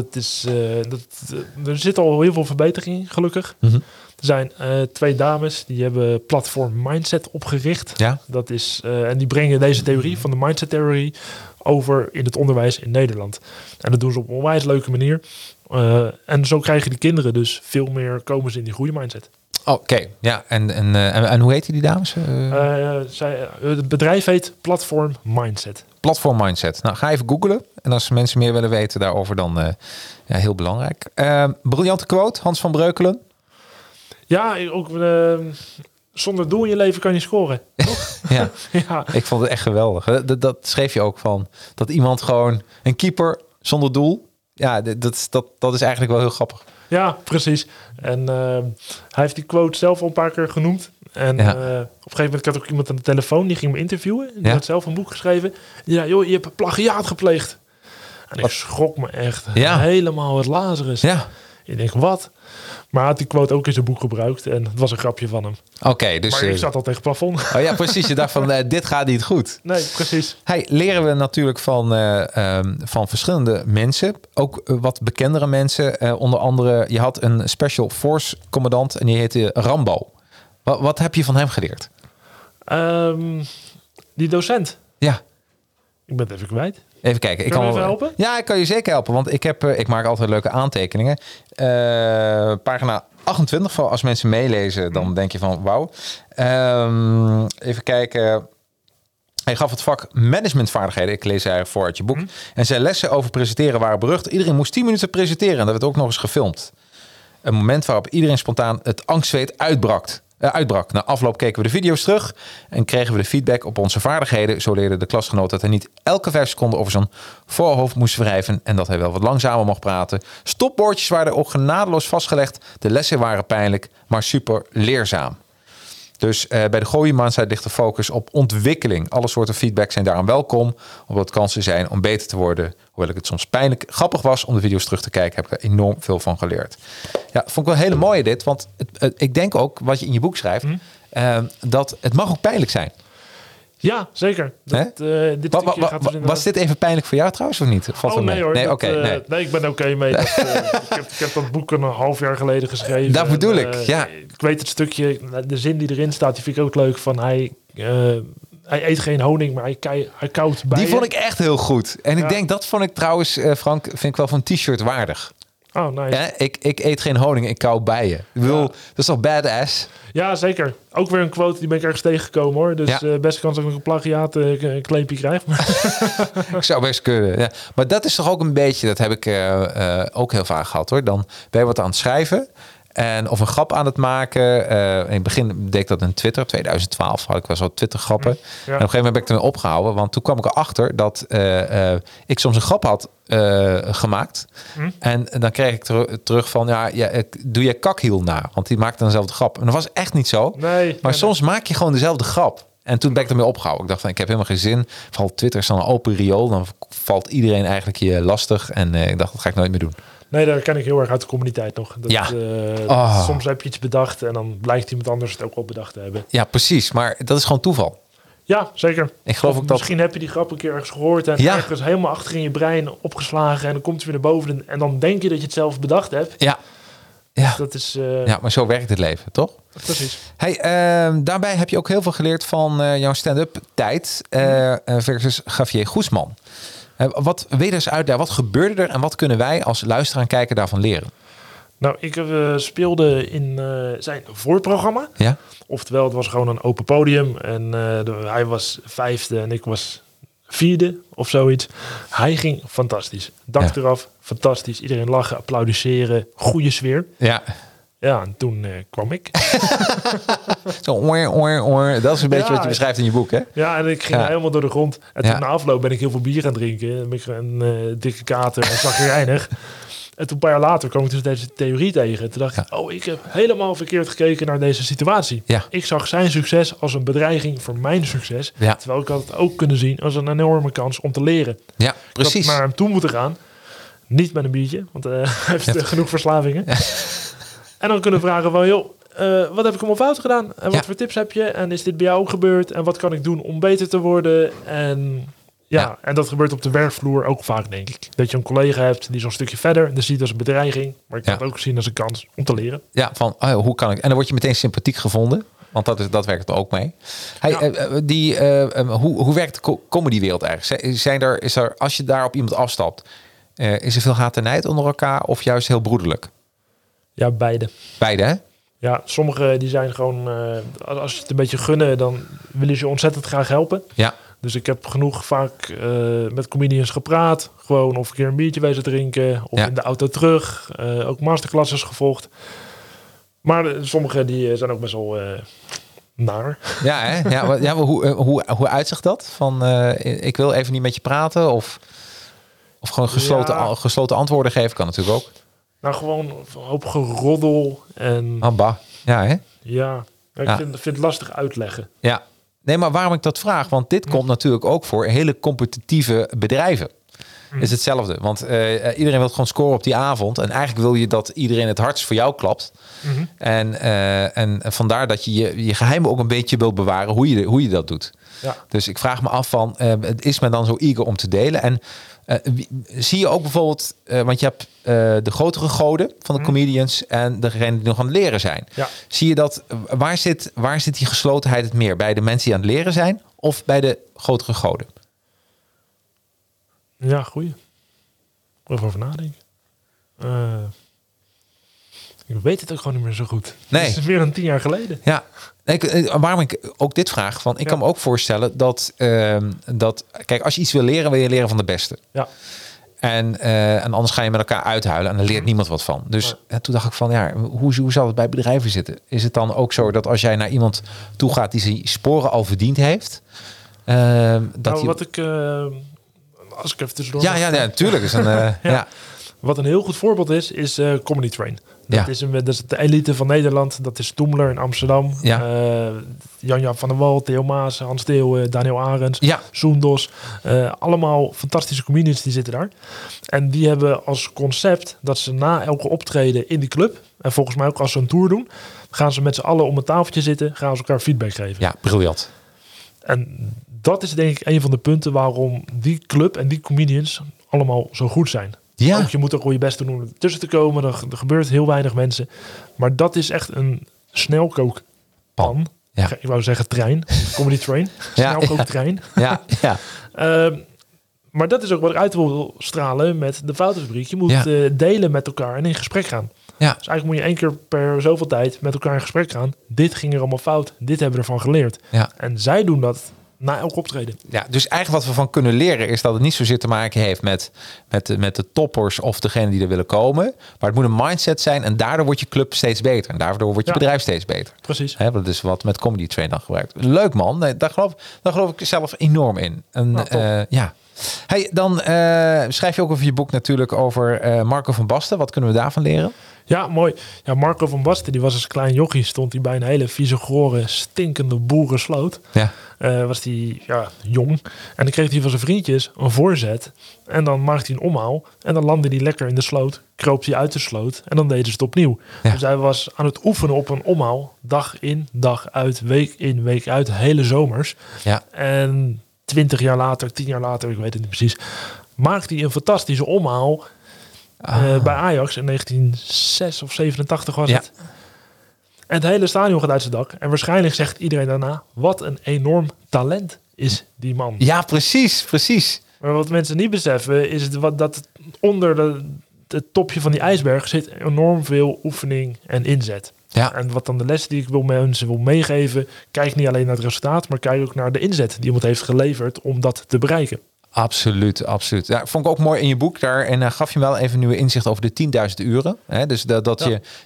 Er zit al heel veel verbetering in, gelukkig. Mm-hmm. Er zijn 2 dames die hebben Platform Mindset opgericht. Ja. Dat is, en die brengen deze theorie van de mindset-theorie over in het onderwijs in Nederland. En dat doen ze op een onwijs leuke manier. En zo krijgen die kinderen dus veel meer komen ze in die goede mindset. Oké, ja. En hoe heet die dames? Het bedrijf heet Platform Mindset. Platform Mindset. Nou, ga even googlen. En als mensen meer willen weten daarover, dan heel belangrijk. Briljante quote, Hans van Breukelen. Ja, ook zonder doel in je leven kan je scoren. Ja. Ja, ik vond het echt geweldig. Dat schreef je ook van. Dat iemand gewoon, een keeper zonder doel. Ja, dat is eigenlijk wel heel grappig. Ja, precies. En hij heeft die quote zelf al een paar keer genoemd. En op een gegeven moment had ik ook iemand aan de telefoon, die ging me interviewen. Die had zelf een boek geschreven. Ja, joh, je hebt plagiaat gepleegd. En ik schrok me echt helemaal het Lazarus. Ja. Ik denk, wat? Maar hij had die quote ook in zijn boek gebruikt. En het was een grapje van hem. Oké, dus maar ik zat al tegen het plafond. Oh ja, precies. Je dacht van, dit gaat niet goed. Nee, precies. Leren we natuurlijk van verschillende mensen. Ook wat bekendere mensen. Onder andere, je had een Special Force commandant. En die heette Rambo. Wat heb je van hem geleerd? Die docent. Ja. Ik ben het even kwijt. Even kijken. Kan je even helpen? Ja, ik kan je zeker helpen. Want ik maak altijd leuke aantekeningen. Pagina 28. Als mensen meelezen, dan denk je van wauw. Even kijken. Hij gaf het vak managementvaardigheden. Ik lees eigenlijk voor uit je boek. En zijn lessen over presenteren waren berucht. Iedereen moest 10 minuten presenteren. En dat werd ook nog eens gefilmd. Een moment waarop iedereen spontaan het angstzweet uitbrak. Na afloop keken we de video's terug en kregen we de feedback op onze vaardigheden. Zo leerden de klasgenoten dat hij niet elke 5 seconden over zijn voorhoofd moest wrijven en dat hij wel wat langzamer mocht praten. Stopwoordjes waren ook genadeloos vastgelegd. De lessen waren pijnlijk, maar super leerzaam. Dus bij de Gooiemansheid ligt de focus op ontwikkeling. Alle soorten feedback zijn daaraan welkom, omdat kansen zijn om beter te worden. Hoewel ik het soms pijnlijk grappig was om de video's terug te kijken, heb ik er enorm veel van geleerd. Ja, vond ik wel hele mooie dit, want ik denk ook, wat je in je boek schrijft, dat het mag ook pijnlijk zijn. Ja, zeker. Was dit even pijnlijk voor jou trouwens, of niet? Nee hoor. Nee, ik ben oké mee. Ik heb dat boek een half jaar geleden geschreven. Dat bedoel ik, ja. Ik weet het stukje, de zin die erin staat, die vind ik ook leuk. Van hij eet geen honing, maar hij koudt bij. Die vond ik echt heel goed. En ik denk, dat vond ik trouwens, Frank, vind ik wel van een t-shirt waardig. Oh, nice. Ja, ik eet geen honing, ik kauw bijen. Ik bedoel, dat is toch badass? Ja, zeker. Ook weer een quote, die ben ik ergens tegengekomen hoor. Dus best kans dat ik een plagiaat een claimpje krijg. Ik zou best kunnen. Ja. Maar dat is toch ook een beetje, dat heb ik ook heel vaak gehad hoor. Dan ben je wat aan het schrijven. Of een grap aan het maken. In het begin deed ik dat in Twitter. 2012 had ik wel zo Twitter grappen. Ja. En op een gegeven moment ben ik ermee opgehouden. Want toen kwam ik erachter dat ik soms een grap had gemaakt. En dan kreeg ik terug van... doe je kakhiel na? Want die maakte dan dezelfde grap. En dat was echt niet zo. Maar soms maak je gewoon dezelfde grap. En toen ben ik ermee opgehouden. Ik dacht van, ik heb helemaal geen zin. Vooral Twitter is dan een open riool. Dan valt iedereen eigenlijk je lastig. En ik dacht, dat ga ik nooit meer doen. Nee, daar ken ik heel erg uit de communiteit nog. Soms heb je iets bedacht en dan blijkt iemand anders het ook wel bedacht te hebben. Ja, precies. Maar dat is gewoon toeval. Ja, zeker. Ik geloof ook misschien heb je die grap een keer ergens gehoord en ergens helemaal achter in je brein opgeslagen en dan komt het weer naar boven en dan denk je dat je het zelf bedacht hebt. Ja. Dus dat is, ja, maar zo werkt het leven, toch? Precies. Hey, daarbij heb je ook heel veel geleerd van jouw stand-up tijd versus Javier Guzman. Wat wil je eens uitleggen? Wat gebeurde er en wat kunnen wij als luisteraar en kijker daarvan leren? Nou, ik speelde in zijn voorprogramma. Ja. Oftewel, het was gewoon een open podium. En hij was 5e en ik was 4e of zoiets. Hij ging fantastisch. Dak eraf, fantastisch. Iedereen lachen, applaudisseren, goede sfeer. Ja. Ja, en toen kwam ik. Zo, dat is een beetje wat je beschrijft in je boek, hè? Ja, en ik ging helemaal door de grond. En toen na afloop ben ik heel veel bier gaan drinken. Dan ben ik een dikke kater en zagrijnig. En toen een paar jaar later kwam ik dus deze theorie tegen. Toen dacht ik, ik heb helemaal verkeerd gekeken naar deze situatie. Ja. Ik zag zijn succes als een bedreiging voor mijn succes. Ja. Terwijl ik had het ook kunnen zien als een enorme kans om te leren. Ja, precies. Ik had naar hem toe moeten gaan. Niet met een biertje, want hij heeft genoeg verslavingen. Ja. En dan kunnen vragen van, joh, wat heb ik allemaal fout gedaan? En wat voor tips heb je? En is dit bij jou ook gebeurd? En wat kan ik doen om beter te worden? En en dat gebeurt op de werkvloer ook vaak, denk ik. Dat je een collega hebt die zo'n stukje verder, dat ziet als een bedreiging. Maar ik kan het ook zien als een kans om te leren. Ja, van hoe kan ik? En dan word je meteen sympathiek gevonden. Want dat werkt er ook mee. Hoe werkt de comedywereld eigenlijk? Is er, als je daar op iemand afstapt, is er veel haat en nijd onder elkaar of juist heel broederlijk? Ja, beide. Beide, hè? Ja, sommigen die zijn gewoon... als je het een beetje gunnen, dan willen ze je ontzettend graag helpen. Ja. Dus ik heb genoeg vaak met comedians gepraat. Gewoon of een keer een biertje wezen drinken. Of in de auto terug. Ook masterclasses gevolgd. Maar sommigen die zijn ook best wel naar. Ja, hè? Ja, hoe uitzicht dat? Van ik wil even niet met je praten? Of gewoon gesloten antwoorden geven kan natuurlijk ook. Nou, gewoon een hoop geroddel. En ja, hè? Ja, ik vind het lastig uitleggen. Ja. Nee, maar waarom ik dat vraag? Want dit komt natuurlijk ook voor hele competitieve bedrijven. Is hetzelfde. Want iedereen wil gewoon scoren op die avond. En eigenlijk wil je dat iedereen het hardst voor jou klapt. En vandaar dat je je geheimen ook een beetje wil bewaren hoe je dat doet. Ja. Dus ik vraag me af van, is men dan zo eager om te delen? En zie je ook bijvoorbeeld, want je hebt de grotere goden van de comedians en degenen die nog aan het leren zijn. Ja. Zie je dat, waar zit die geslotenheid het meer? Bij de mensen die aan het leren zijn of bij de grotere goden? Ja, goeie. Even over nadenken. Ik weet het ook gewoon niet meer zo goed. Nee. Het is meer dan 10 jaar geleden. Ja. Waarom ik ook dit vraag, ik kan me ook voorstellen dat, kijk, als je iets wil je leren van de beste. Ja. En anders ga je met elkaar uithuilen en dan leert niemand wat van. Dus toen dacht ik van, hoe zal het bij bedrijven zitten? Is het dan ook zo dat als jij naar iemand toe gaat die zijn sporen al verdiend heeft? Als ik even tussendoor... Ja, natuurlijk. Is ja. Wat een heel goed voorbeeld is Comedy Train. Dat is de elite van Nederland. Dat is Toemler in Amsterdam. Ja. Jan-Jaap van der Wal, Theo Maas, Hans Theo, Daniel Arends, Soendos. Allemaal fantastische comedians die zitten daar. En die hebben als concept dat ze na elke optreden in die club, en volgens mij ook als ze een tour doen, gaan ze met z'n allen om een tafeltje zitten, gaan ze elkaar feedback geven. Ja, briljant. En dat is denk ik een van de punten waarom die club en die comedians allemaal zo goed zijn. Ja. Ook je moet ook wel je best doen om er tussen te komen. Er gebeurt heel weinig mensen. Maar dat is echt een snelkookpan. Ja. Ik wou zeggen trein. Comedy train. Snelkooktrein. Ja. Maar dat is ook wat ik uit wil stralen met de Foutenfabriek. Je moet delen met elkaar en in gesprek gaan. Ja. Dus eigenlijk moet je 1 keer per zoveel tijd met elkaar in gesprek gaan. Dit ging er allemaal fout. Dit hebben we ervan geleerd. Ja. En zij doen dat na elk optreden. Ja, dus eigenlijk wat we van kunnen leren is dat het niet zozeer te maken heeft met de toppers of degene die er willen komen. Maar het moet een mindset zijn en daardoor wordt je club steeds beter. En daardoor wordt je bedrijf steeds beter. Precies. Dat is wat met Comedy Train dan gebruikt. Leuk man. Nee, daar geloof ik zelf enorm in. En, Hey, dan schrijf je ook over je boek natuurlijk over Marco van Basten. Wat kunnen we daarvan leren? Ja, mooi. Ja, Marco van Basten, die was als klein jochie, stond hij bij een hele vieze, gore, stinkende boerensloot. Ja. Was hij jong. En dan kreeg hij van zijn vriendjes een voorzet. En dan maakte hij een omhaal. En dan landde hij lekker in de sloot. Kroop hij uit de sloot. En dan deden ze het opnieuw. Ja. Dus hij was aan het oefenen op een omhaal. Dag in, dag uit, week in, week uit. Hele zomers. Ja. En 20 jaar later, 10 jaar later, ik weet het niet precies, maakte hij een fantastische omhaal bij Ajax in 1986 of 87 was het. En het hele stadion gaat uit zijn dak. En waarschijnlijk zegt iedereen daarna, wat een enorm talent is die man. Ja, precies. Maar wat mensen niet beseffen is dat onder het topje van die ijsberg zit enorm veel oefening en inzet. Ja. En wat dan de les die ik mensen wil meegeven, kijk niet alleen naar het resultaat, maar kijk ook naar de inzet die iemand heeft geleverd om dat te bereiken. Absoluut. Ja, vond ik ook mooi in je boek daar. En gaf je wel even nieuwe inzicht over de 10.000 uren. Hè? Dus dat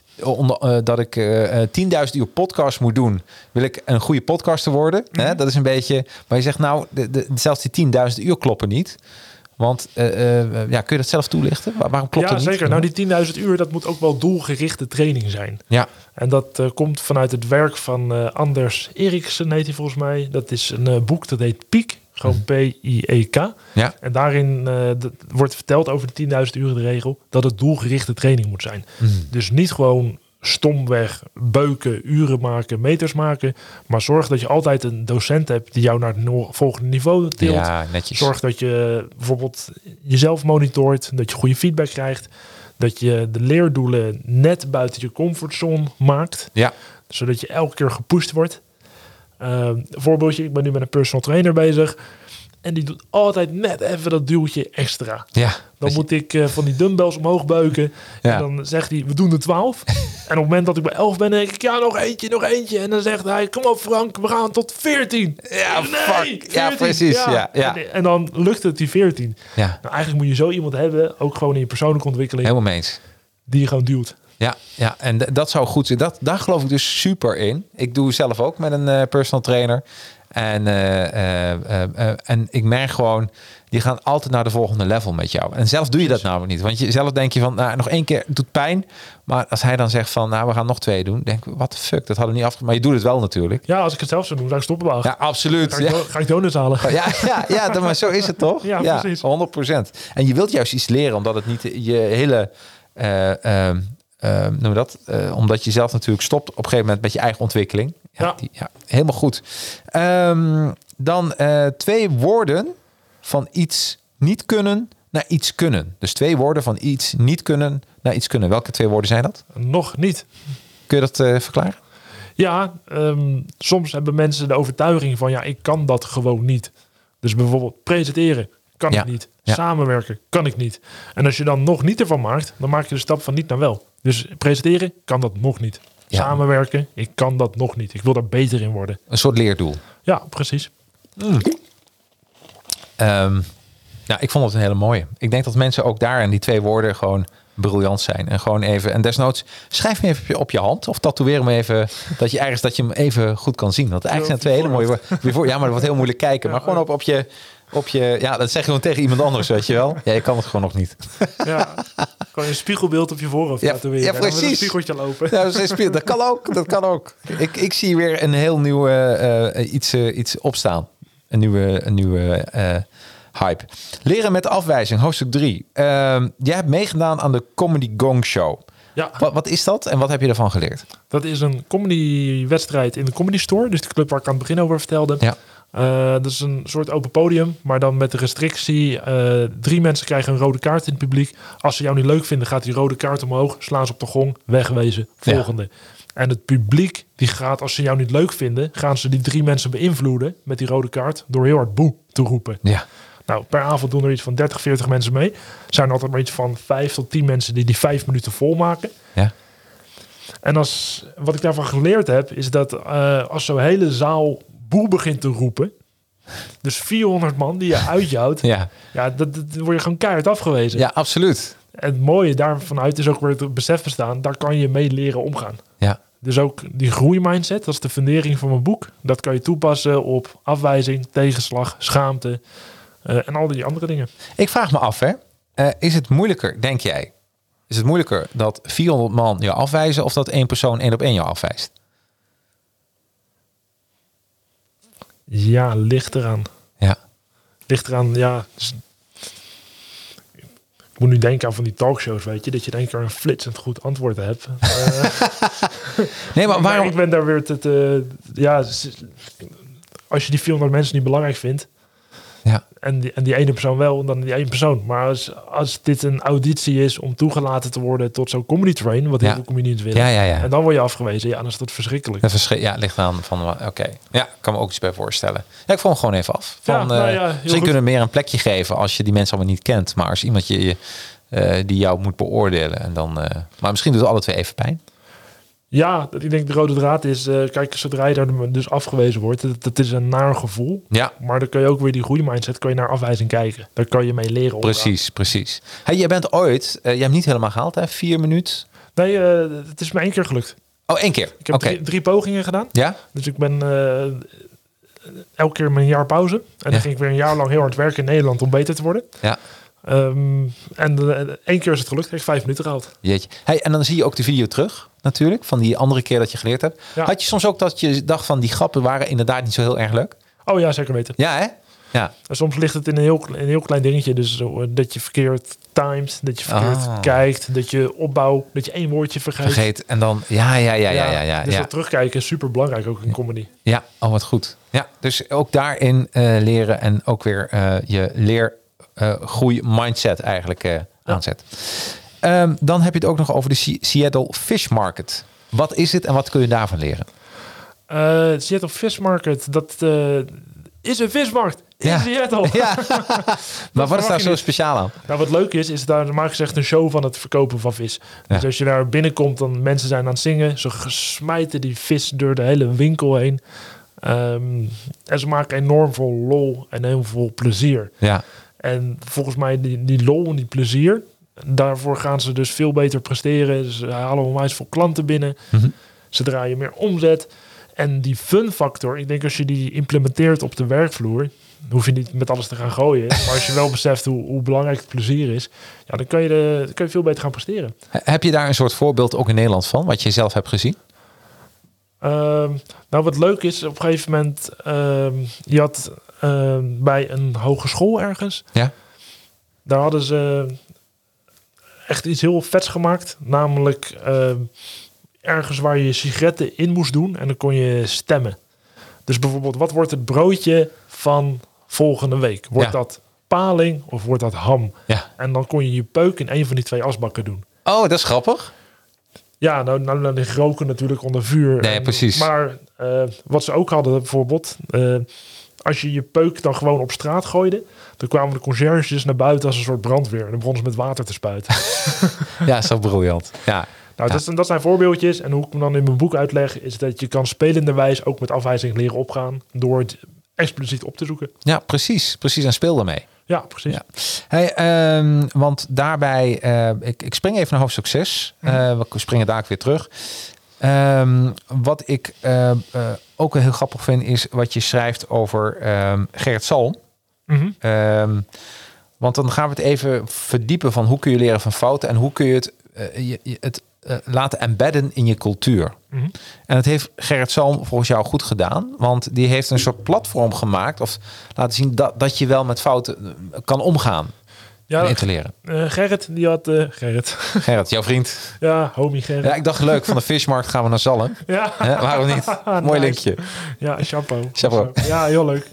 ik 10.000 uur podcast moet doen, wil ik een goede podcaster worden. Mm-hmm. Hè? Dat is een beetje, maar je zegt nou, zelfs die 10.000 uur kloppen niet. Want kun je dat zelf toelichten? Waarom klopt dat niet? Ja, zeker. Nou, die 10.000 uur, dat moet ook wel doelgerichte training zijn. Ja. En dat komt vanuit het werk van Anders Eriksen, heet hij volgens mij. Dat is een boek, dat heet Piek. Gewoon P-I-E-K. Ja. En daarin wordt verteld over de 10.000 uren regel dat het doelgerichte training moet zijn. Mm. Dus niet gewoon stomweg beuken, uren maken, meters maken. Maar zorg dat je altijd een docent hebt die jou naar het volgende niveau tilt. Ja, netjes. Zorg dat je bijvoorbeeld jezelf monitort, dat je goede feedback krijgt. Dat je de leerdoelen net buiten je comfortzone maakt. Ja. Zodat je elke keer gepusht wordt. Voorbeeldje, ik ben nu met een personal trainer bezig. En die doet altijd net even dat duwtje extra. Ja, dan moet ik van die dumbbells omhoog beuken. Ja. En dan zegt hij, we doen de 12. En op het moment dat ik bij 11 ben, denk ik, nog eentje. En dan zegt hij, kom op Frank, we gaan tot 14. Ja, nee, fuck. 14. Ja, precies. Ja. En dan lukt het die 14. Ja. Nou, eigenlijk moet je zo iemand hebben, ook gewoon in je persoonlijke ontwikkeling. Helemaal mee eens. Die je gewoon duwt. Ja, en dat zou goed zijn. Daar geloof ik dus super in. Ik doe zelf ook met een personal trainer. En ik merk gewoon, die gaan altijd naar de volgende level met jou. En zelf doe je dat namelijk niet. Want zelf denk je van, nog 1 keer doet pijn. Maar als hij dan zegt van, we gaan nog 2 doen. Denk ik, what the fuck, dat hadden we niet afgemaakt. Maar je doet het wel natuurlijk. Ja, als ik het zelf zou doen, zou ik stoppen bij 8. Ja, absoluut. Ga ik donuts halen. Maar zo is het toch? Ja, precies. 100%. En je wilt juist iets leren, omdat het niet je hele... noem dat? Omdat je zelf natuurlijk stopt op een gegeven moment met je eigen ontwikkeling. Ja, helemaal goed. Dan 2 woorden van iets niet kunnen naar iets kunnen. Dus 2 woorden van iets niet kunnen naar iets kunnen. Welke 2 woorden zijn dat? Nog niet. Kun je dat verklaren? Ja, soms hebben mensen de overtuiging van, ik kan dat gewoon niet. Dus bijvoorbeeld presenteren kan ik niet. Ja. Samenwerken kan ik niet. En als je dan nog niet ervan maakt, dan maak je de stap van niet naar wel. Dus presenteren kan dat nog niet. Ja. Samenwerken, ik kan dat nog niet. Ik wil daar beter in worden. Een soort leerdoel. Ja, precies. Nou, ik vond het een hele mooie. Ik denk dat mensen ook daar en die 2 woorden gewoon briljant zijn. En gewoon even, en desnoods schrijf hem even op je hand of tatoeëer hem even, dat je hem even goed kan zien. Want eigenlijk zijn 2 hele mooie woorden. Ja, maar dat wordt heel moeilijk kijken. Maar gewoon op je, ja, dat zeg je gewoon tegen iemand anders, weet je wel. Ja, je kan het gewoon nog niet. Ja, gewoon een spiegelbeeld op je voorhoofd tatoeëren. Ja, precies. Een spiegeltje lopen. Ja, dat kan ook. Ik zie weer een heel nieuw iets opstaan. Een nieuwe hype. Leren met afwijzing, hoofdstuk 3. Jij hebt meegedaan aan de Comedy Gong Show. Ja. Wat is dat en wat heb je ervan geleerd? Dat is een comedy-wedstrijd in de Comedy Store. Dus de club waar ik aan het begin over vertelde. Ja. Dat is een soort open podium, maar dan met de restrictie. 3 mensen krijgen een rode kaart in het publiek. Als ze jou niet leuk vinden, gaat die rode kaart omhoog. Slaan ze op de gong, wegwezen, volgende. Ja. En het publiek, die gaat, als ze jou niet leuk vinden, gaan ze die 3 mensen beïnvloeden met die rode kaart door heel hard boe te roepen. Ja. Nou, per avond doen er iets van 30, 40 mensen mee. Er zijn altijd maar iets van 5 tot 10 mensen die 5 minuten volmaken. Ja. En wat ik daarvan geleerd heb, is dat als zo'n hele zaal boe begint te roepen, dus 400 man die je uitjouwt, dat word je gewoon keihard afgewezen. Ja, absoluut. En het mooie daarvanuit is ook weer het besef bestaan, daar kan je mee leren omgaan. Ja. Dus ook die groeimindset, dat is de fundering van mijn boek. Dat kan je toepassen op afwijzing, tegenslag, schaamte en al die andere dingen. Ik vraag me af, is het moeilijker, denk jij? Is het moeilijker dat 400 man jou afwijzen of dat 1 persoon 1 op 1 jou afwijst? Ja, ligt eraan. Ja. Ligt eraan, ja. Ik moet nu denken aan van die talkshows, weet je. Dat je denk ik een flitsend goed antwoord hebt. Nee, maar waarom? Ik ben daar weer als je die 400 mensen niet belangrijk vindt. Ja. En die ene persoon wel, dan die ene persoon. Maar als dit een auditie is om toegelaten te worden tot zo'n comedy train, wat heel veel comedians willen. Ja. En dan word je afgewezen. Ja, dan is dat verschrikkelijk. Het ligt aan van, oké. Ja, ik kan me ook iets bij voorstellen. Ja, ik vond hem gewoon even af. Misschien kunnen we meer een plekje geven als je die mensen allemaal niet kent. Maar als iemand die jou moet beoordelen. En dan, maar misschien doet het alle 2 even pijn. Ja, ik denk de rode draad is, kijk, zodra je daar dus afgewezen wordt, dat is een naar gevoel. Ja. Maar dan kun je ook weer die groeimindset, kun je naar afwijzing kijken. Daar kan je mee leren omgaan. Precies. Hey, jij bent ooit, je hebt niet helemaal gehaald, hè? 4 minuten? Nee, het is me 1 keer gelukt. Oh, 1 keer? Ik heb 3 pogingen gedaan. Ja? Dus ik ben elke keer met een jaar pauze. En dan ging ik weer een jaar lang heel hard werken in Nederland om beter te worden. Ja. En 1 keer is het gelukt, heb ik 5 minuten gehaald. Jeetje. Hey, en dan zie je ook de video terug, natuurlijk, van die andere keer dat je geleerd hebt. Ja. Had je soms ook dat je dacht van die grappen waren inderdaad niet zo heel erg leuk? Oh ja, zeker weten. Ja, hè? Ja. En soms ligt het in een heel klein dingetje. Dus dat je verkeerd timed, dat je verkeerd kijkt, dat je opbouw, dat je 1 woordje vergeet. En dan, ja. Dus dat terugkijken is super belangrijk, ook in comedy. Ja, wat goed. Ja, dus ook daarin leren en ook weer je groei mindset eigenlijk aanzet. Dan heb je het ook nog over de Seattle Fish Market. Wat is het en wat kun je daarvan leren? Seattle Fish Market, dat is een vismarkt in Seattle. Ja. Maar wat is daar zo speciaal aan? Nou, wat leuk is daar normaal gezegd een show van het verkopen van vis. Ja. Dus als je daar binnenkomt, dan mensen zijn aan het zingen. Ze smijten die vis door de hele winkel heen. En ze maken enorm veel lol en heel veel plezier. Ja. En volgens mij die lol en die plezier, daarvoor gaan ze dus veel beter presteren. Ze halen onwijs veel klanten binnen. Mm-hmm. Ze draaien meer omzet. En die fun factor, ik denk als je die implementeert op de werkvloer, hoef je niet met alles te gaan gooien. Maar als je wel beseft hoe belangrijk het plezier is, ja, dan kan je veel beter gaan presteren. Heb je daar een soort voorbeeld ook in Nederland van, wat je zelf hebt gezien? Nou, wat leuk is, op een gegeven moment, je had bij een hogeschool ergens, ja. Daar hadden ze echt iets heel vets gemaakt. Namelijk ergens waar je sigaretten in moest doen en dan kon je stemmen. Dus bijvoorbeeld, wat wordt het broodje van volgende week? Wordt dat paling of wordt dat ham? Ja. En dan kon je je peuk in 1 van die 2 asbakken doen. Oh, dat is grappig. Ja, nou ligt roken natuurlijk onder vuur. Nee, precies. Maar wat ze ook hadden bijvoorbeeld, als je je peuk dan gewoon op straat gooide, dan kwamen de conciërges naar buiten als een soort brandweer. En dan begonnen ze met water te spuiten. Ja, zo briljant. Ja. Nou, dat zijn voorbeeldjes. En hoe ik hem dan in mijn boek uitleg, is dat je kan spelenderwijs ook met afwijzing leren opgaan door het expliciet op te zoeken. Ja, precies. En speel ermee. Ja, precies. Ja. Hey, want daarbij, ik spring even naar hoofdstuk 6. We springen daar weer terug. Wat ik ook heel grappig vind, is wat je schrijft over Gerrit Salm. Want dan gaan we het even verdiepen van hoe kun je leren van fouten en hoe kun je het laten embedden in je cultuur. En dat heeft Gerrit Salm volgens jou goed gedaan, want die heeft een soort platform gemaakt of laten zien dat je wel met fouten kan omgaan. Ja, in te leren. Gerrit, die had... Gerrit, jouw vriend. Ja, homie Gerrit. Ja, ik dacht leuk, van de Vismarkt gaan we naar Zalm. Ja. Waarom niet? Mooi linkje. Ja, chapeau. Chapeau. Ja, heel leuk.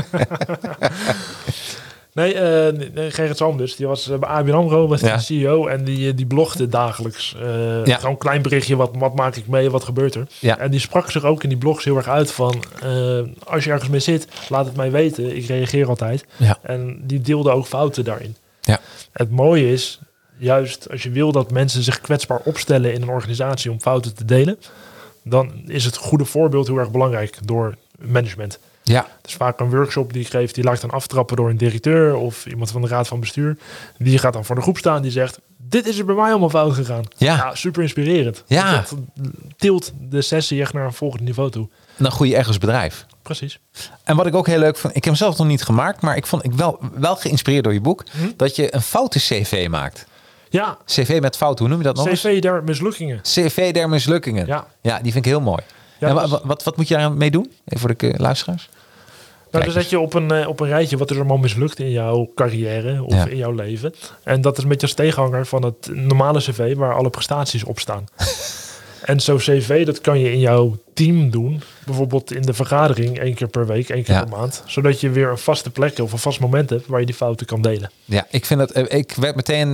Nee, Gerrit Salm dus. Die was bij ABN AMRO, was de CEO. En die blogde dagelijks. Gewoon een klein berichtje, wat maak ik mee, wat gebeurt er? Ja. En die sprak zich ook in die blogs heel erg uit van... als je ergens mee zit, laat het mij weten. Ik reageer altijd. Ja. En die deelde ook fouten daarin. Ja. Het mooie is, juist als je wil dat mensen zich kwetsbaar opstellen in een organisatie om fouten te delen, dan is het goede voorbeeld heel erg belangrijk door management. Ja. Dus vaak een workshop die ik geef, die laat ik dan aftrappen door een directeur of iemand van de raad van bestuur. Die gaat dan voor de groep staan die zegt, dit is er bij mij allemaal fout gegaan. Ja. Ja, super inspirerend. Ja. Dat tilt de sessie echt naar een volgend niveau toe. En dan groei je echt als bedrijf. Precies. En wat ik ook heel leuk vond, ik heb hem zelf nog niet gemaakt, maar ik vond wel geïnspireerd door je boek, dat je een foute CV maakt. Ja. CV met fouten, hoe noem je dat nog eens? CV der mislukkingen. CV der mislukkingen. Ja. Ja, die vind ik heel mooi. Ja, en wat moet je daarmee doen? Even voor de luisteraars. Nou, dan zet je op een rijtje wat er allemaal mislukt in jouw carrière of in jouw leven. En dat is met als tegenhanger van het normale cv waar alle prestaties op staan. En zo'n cv, dat kan je in jouw team doen. Bijvoorbeeld in de vergadering 1 keer per week, 1 keer per maand. Zodat je weer een vaste plek of een vast moment hebt waar je die fouten kan delen. Ja, ik vind dat... Ik werd meteen...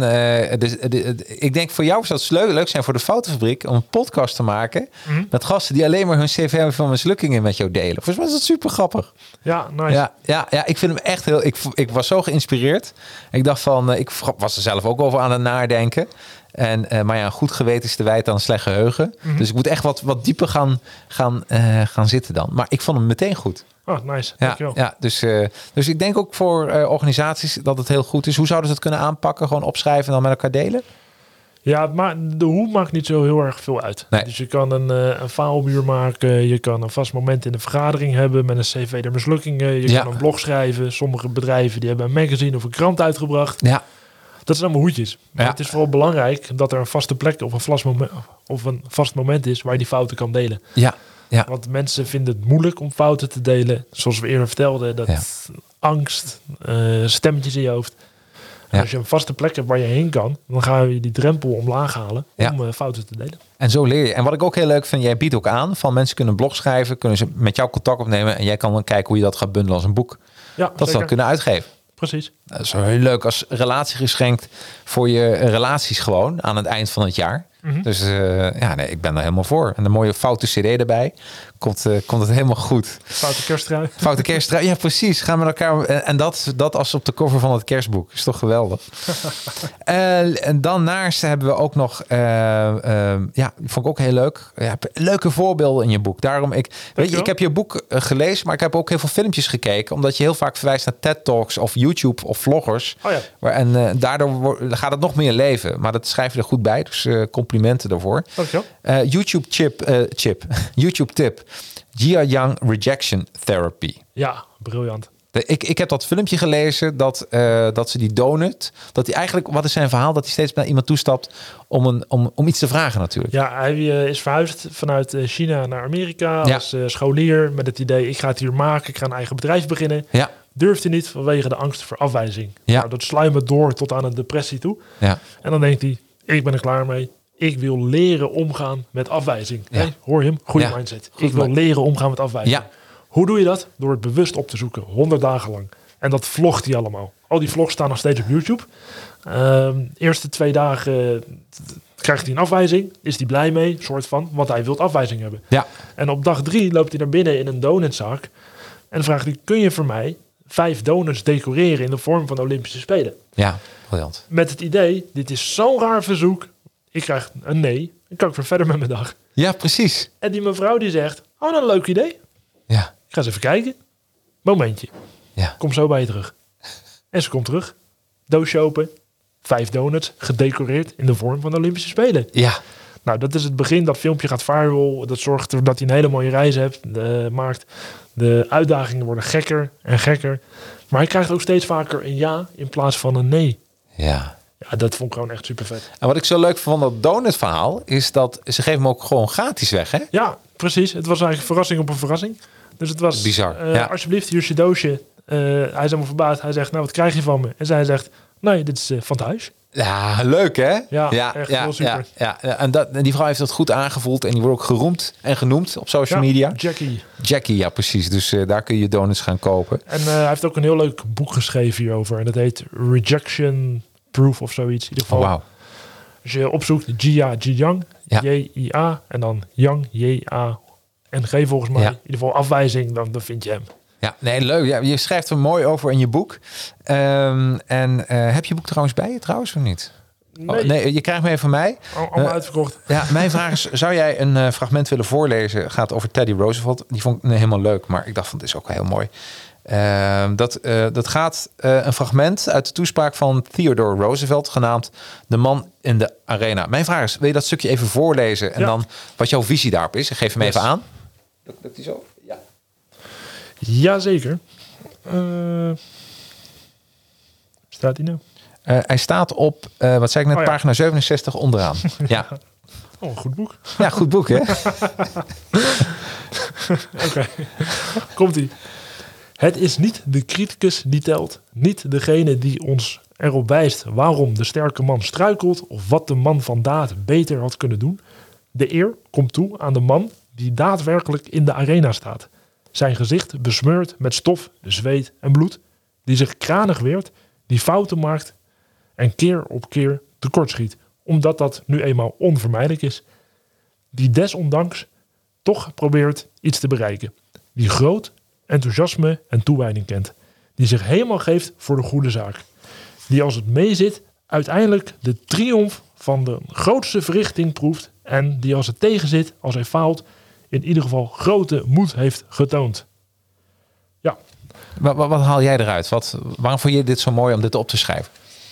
ik denk voor jou zou het leuk zijn voor de Foutenfabriek om een podcast te maken met gasten die alleen maar hun cv hebben van mislukkingen met jou delen. Volgens mij is dat super grappig. Ja, nice. Ja, ik vind hem echt heel... Ik was zo geïnspireerd. Ik dacht van... ik was er zelf ook over aan het nadenken. Maar ja, een goed geweten is de wijd aan een slecht geheugen. Dus ik moet echt wat dieper gaan zitten dan. Maar ik vond hem meteen goed. Oh, nice. Ja, dus ik denk ook voor organisaties dat het heel goed is. Hoe zouden ze het kunnen aanpakken? Gewoon opschrijven en dan met elkaar delen? Ja, maar de hoe maakt niet zo heel erg veel uit. Nee. Dus je kan een faalmuur maken. Je kan een vast moment in de vergadering hebben met een cv der mislukkingen. Je kan een blog schrijven. Sommige bedrijven die hebben een magazine of een krant uitgebracht. Ja. Dat zijn allemaal hoedjes. Maar het is vooral belangrijk dat er een vaste plek of een vast moment is waar je die fouten kan delen. Ja. Ja. Want mensen vinden het moeilijk om fouten te delen. Zoals we eerder vertelden, dat angst, stemmetjes in je hoofd. En als je een vaste plek hebt waar je heen kan, dan gaan we die drempel omlaag halen om fouten te delen. En zo leer je. En wat ik ook heel leuk vind, jij biedt ook aan van mensen kunnen een blog schrijven, kunnen ze met jou contact opnemen en jij kan dan kijken hoe je dat gaat bundelen als een boek. Ja, dat ze dat kunnen uitgeven. Precies. Dat is wel heel leuk als relatiegeschenk voor je relaties gewoon aan het eind van het jaar. Dus ik ben er helemaal voor. En een mooie foute cd erbij. Komt het helemaal goed. Foute kersttrui. Foute kersttrui, ja precies. Gaan we elkaar... En dat als op de cover van het kerstboek. Is toch geweldig. En dan naast hebben we ook nog... vond ik ook heel leuk. Ja, leuke voorbeelden in je boek. Daarom, ik heb je boek gelezen, maar ik heb ook heel veel filmpjes gekeken. Omdat je heel vaak verwijst naar TED Talks of YouTube of vloggers. Oh ja. En daardoor gaat het nog meer leven. Maar dat schrijf je er goed bij. Dus complimenten daarvoor. YouTube tip. Jia Yang Rejection Therapy. Ja, briljant. Ik heb dat filmpje gelezen dat ze die donut, dat hij eigenlijk, wat is zijn verhaal, dat hij steeds naar iemand toestapt om iets te vragen natuurlijk. Ja, hij is verhuisd vanuit China naar Amerika als scholier met het idee, ik ga het hier maken, ik ga een eigen bedrijf beginnen. Ja. Durft hij niet vanwege de angst voor afwijzing. Ja. Nou, dat sluimert door tot aan een depressie toe. Ja. En dan denkt hij, ik ben er klaar mee. Ik wil leren omgaan met afwijzing. Ja. Hey, hoor je hem? Goede mindset. Ik wil leren omgaan met afwijzing. Ja. Hoe doe je dat? Door het bewust op te zoeken. 100 dagen lang. En dat vlogt hij allemaal. Al die vlogs staan nog steeds op YouTube. Eerste 2 dagen krijgt hij een afwijzing. Is hij blij mee? Soort van. Want hij wil afwijzing hebben. Ja. En op dag 3 loopt hij naar binnen in een donutzaak. dan vraagt hij, kun je voor mij 5 donuts decoreren in de vorm van de Olympische Spelen? Ja, briljant. Met het idee, dit is zo'n raar verzoek. Ik krijg een nee. Dan kan ik weer verder met mijn dag. Ja, precies. En die mevrouw die zegt, oh, nou, een leuk idee. Ja. Ik ga eens even kijken. Momentje. Ja. Kom zo bij je terug. En ze komt terug. Doosje open. 5 donuts gedecoreerd in de vorm van de Olympische Spelen. Ja. Nou, dat is het begin. Dat filmpje gaat viral. Dat zorgt ervoor dat hij een hele mooie reis hebt, maakt. De uitdagingen worden gekker en gekker. Maar hij krijgt ook steeds vaker een ja in plaats van een nee. Ja. Ja, dat vond ik gewoon echt super vet. En wat ik zo leuk vond van dat donutverhaal is dat ze geven hem ook gewoon gratis weg, hè? Ja, precies. Het was eigenlijk verrassing op een verrassing. Dus het was bizar. Ja. Alsjeblieft, hier is je doosje. Hij is helemaal verbaasd. Hij zegt, nou, wat krijg je van me? En zij zegt, nee, dit is van het huis. Ja, leuk hè? Ja, echt heel super. Ja. En die vrouw heeft dat goed aangevoeld en die wordt ook geroemd en genoemd op social media. Jackie, ja precies. Dus daar kun je donuts gaan kopen. En hij heeft ook een heel leuk boek geschreven hierover. En dat heet Rejection Proof of zoiets. In ieder geval, wow. Als je opzoekt Jiang, J-I-A en dan Yang, J-A-N-G volgens mij. Ja. In ieder geval afwijzing, dan vind je hem. Ja, nee, leuk. Ja, je schrijft er mooi over in je boek. Heb je boek trouwens bij je trouwens of niet? Nee. Nee, je krijgt me even van mij. Allemaal uitverkocht. Ja, mijn vraag is, zou jij een fragment willen voorlezen? Het gaat over Teddy Roosevelt. Die vond ik helemaal leuk, maar ik dacht van, dit is ook heel mooi. Dat gaat een fragment uit de toespraak van Theodore Roosevelt, genaamd De Man in de Arena. Mijn vraag is, wil je dat stukje even voorlezen? En dan wat jouw visie daarop is? Ik geef hem even aan. Lukt die zo? Ja. Jazeker. Staat hij nou? Hij staat op, wat zei ik net, pagina 67 onderaan. Ja. Oh, een goed boek. Ja, goed boek, hè? Oké. Komt-ie. Het is niet de criticus die telt. Niet degene die ons erop wijst waarom de sterke man struikelt of wat de man van daad beter had kunnen doen. De eer komt toe aan de man die daadwerkelijk in de arena staat. Zijn gezicht besmeurd met stof, zweet en bloed. Die zich kranig weert, die fouten maakt en keer op keer tekortschiet. Omdat dat nu eenmaal onvermijdelijk is. Die desondanks toch probeert iets te bereiken. Die groot enthousiasme en toewijding kent. Die zich helemaal geeft voor de goede zaak. Die als het meezit uiteindelijk de triomf van de grootste verrichting proeft. En die als het tegenzit, als hij faalt, in ieder geval grote moed heeft getoond. Ja. Wat haal jij eruit? Waarom vond je dit zo mooi om dit op te schrijven?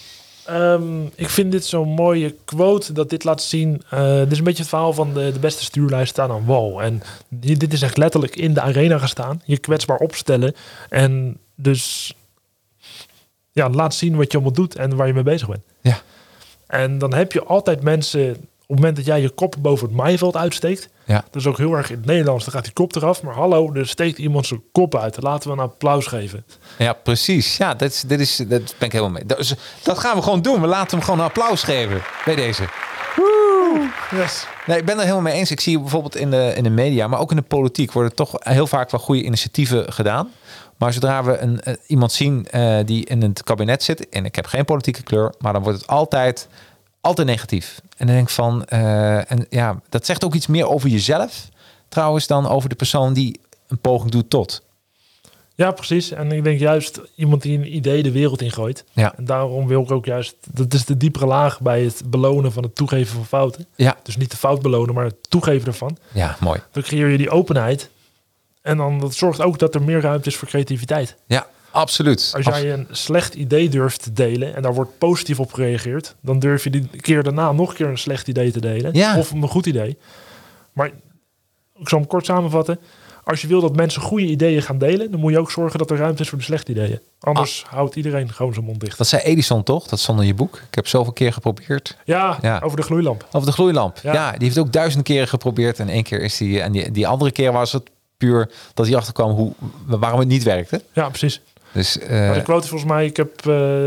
Ik vind dit zo'n mooie quote dat dit laat zien. Dit is een beetje het verhaal van de beste stuurlijst staan aan wal. En dit is echt letterlijk in de arena gestaan. Je kwetsbaar opstellen. En dus ja, laat zien wat je allemaal doet en waar je mee bezig bent. Ja. En dan heb je altijd mensen, op het moment dat jij je kop boven het maaiveld uitsteekt. Ja. Dat is ook heel erg in het Nederlands. Dan gaat die kop eraf. Maar hallo, er steekt iemand zijn kop uit. Laten we een applaus geven. Ja, precies. Ja, dat ben ik helemaal mee. Dat gaan we gewoon doen. We laten hem gewoon een applaus geven bij deze. Woe! Yes. Nee, ik ben er helemaal mee eens. Ik zie bijvoorbeeld in de media, maar ook in de politiek worden toch heel vaak wel goede initiatieven gedaan. Maar zodra we iemand zien die in het kabinet zit, en ik heb geen politieke kleur, maar dan wordt het altijd negatief. En dan denk ik van, dat zegt ook iets meer over jezelf, trouwens, dan over de persoon die een poging doet tot. Ja, precies. En ik denk juist iemand die een idee de wereld ingooit. Ja. En daarom wil ik ook juist, dat is de diepere laag bij het belonen van het toegeven van fouten. Ja. Dus niet de fout belonen, maar het toegeven ervan. Ja, mooi. Dan creëer je die openheid. En dan dat zorgt ook dat er meer ruimte is voor creativiteit. Ja, absoluut. Als jij een slecht idee durft te delen en daar wordt positief op gereageerd, dan durf je die keer daarna nog een keer een slecht idee te delen. Ja. Of een goed idee. Maar ik zal hem kort samenvatten. Als je wil dat mensen goede ideeën gaan delen, dan moet je ook zorgen dat er ruimte is voor de slechte ideeën. Anders houdt iedereen gewoon zijn mond dicht. Dat zei Edison toch? Dat stond in je boek. Ik heb zoveel keer geprobeerd. Ja, over de gloeilamp. Over de gloeilamp. Ja, die heeft ook 1000 keren geprobeerd. En 1 keer is die... En die andere keer was het puur dat hij achterkwam waarom het niet werkte. Ja, precies. Dus, de quote is volgens mij, ik heb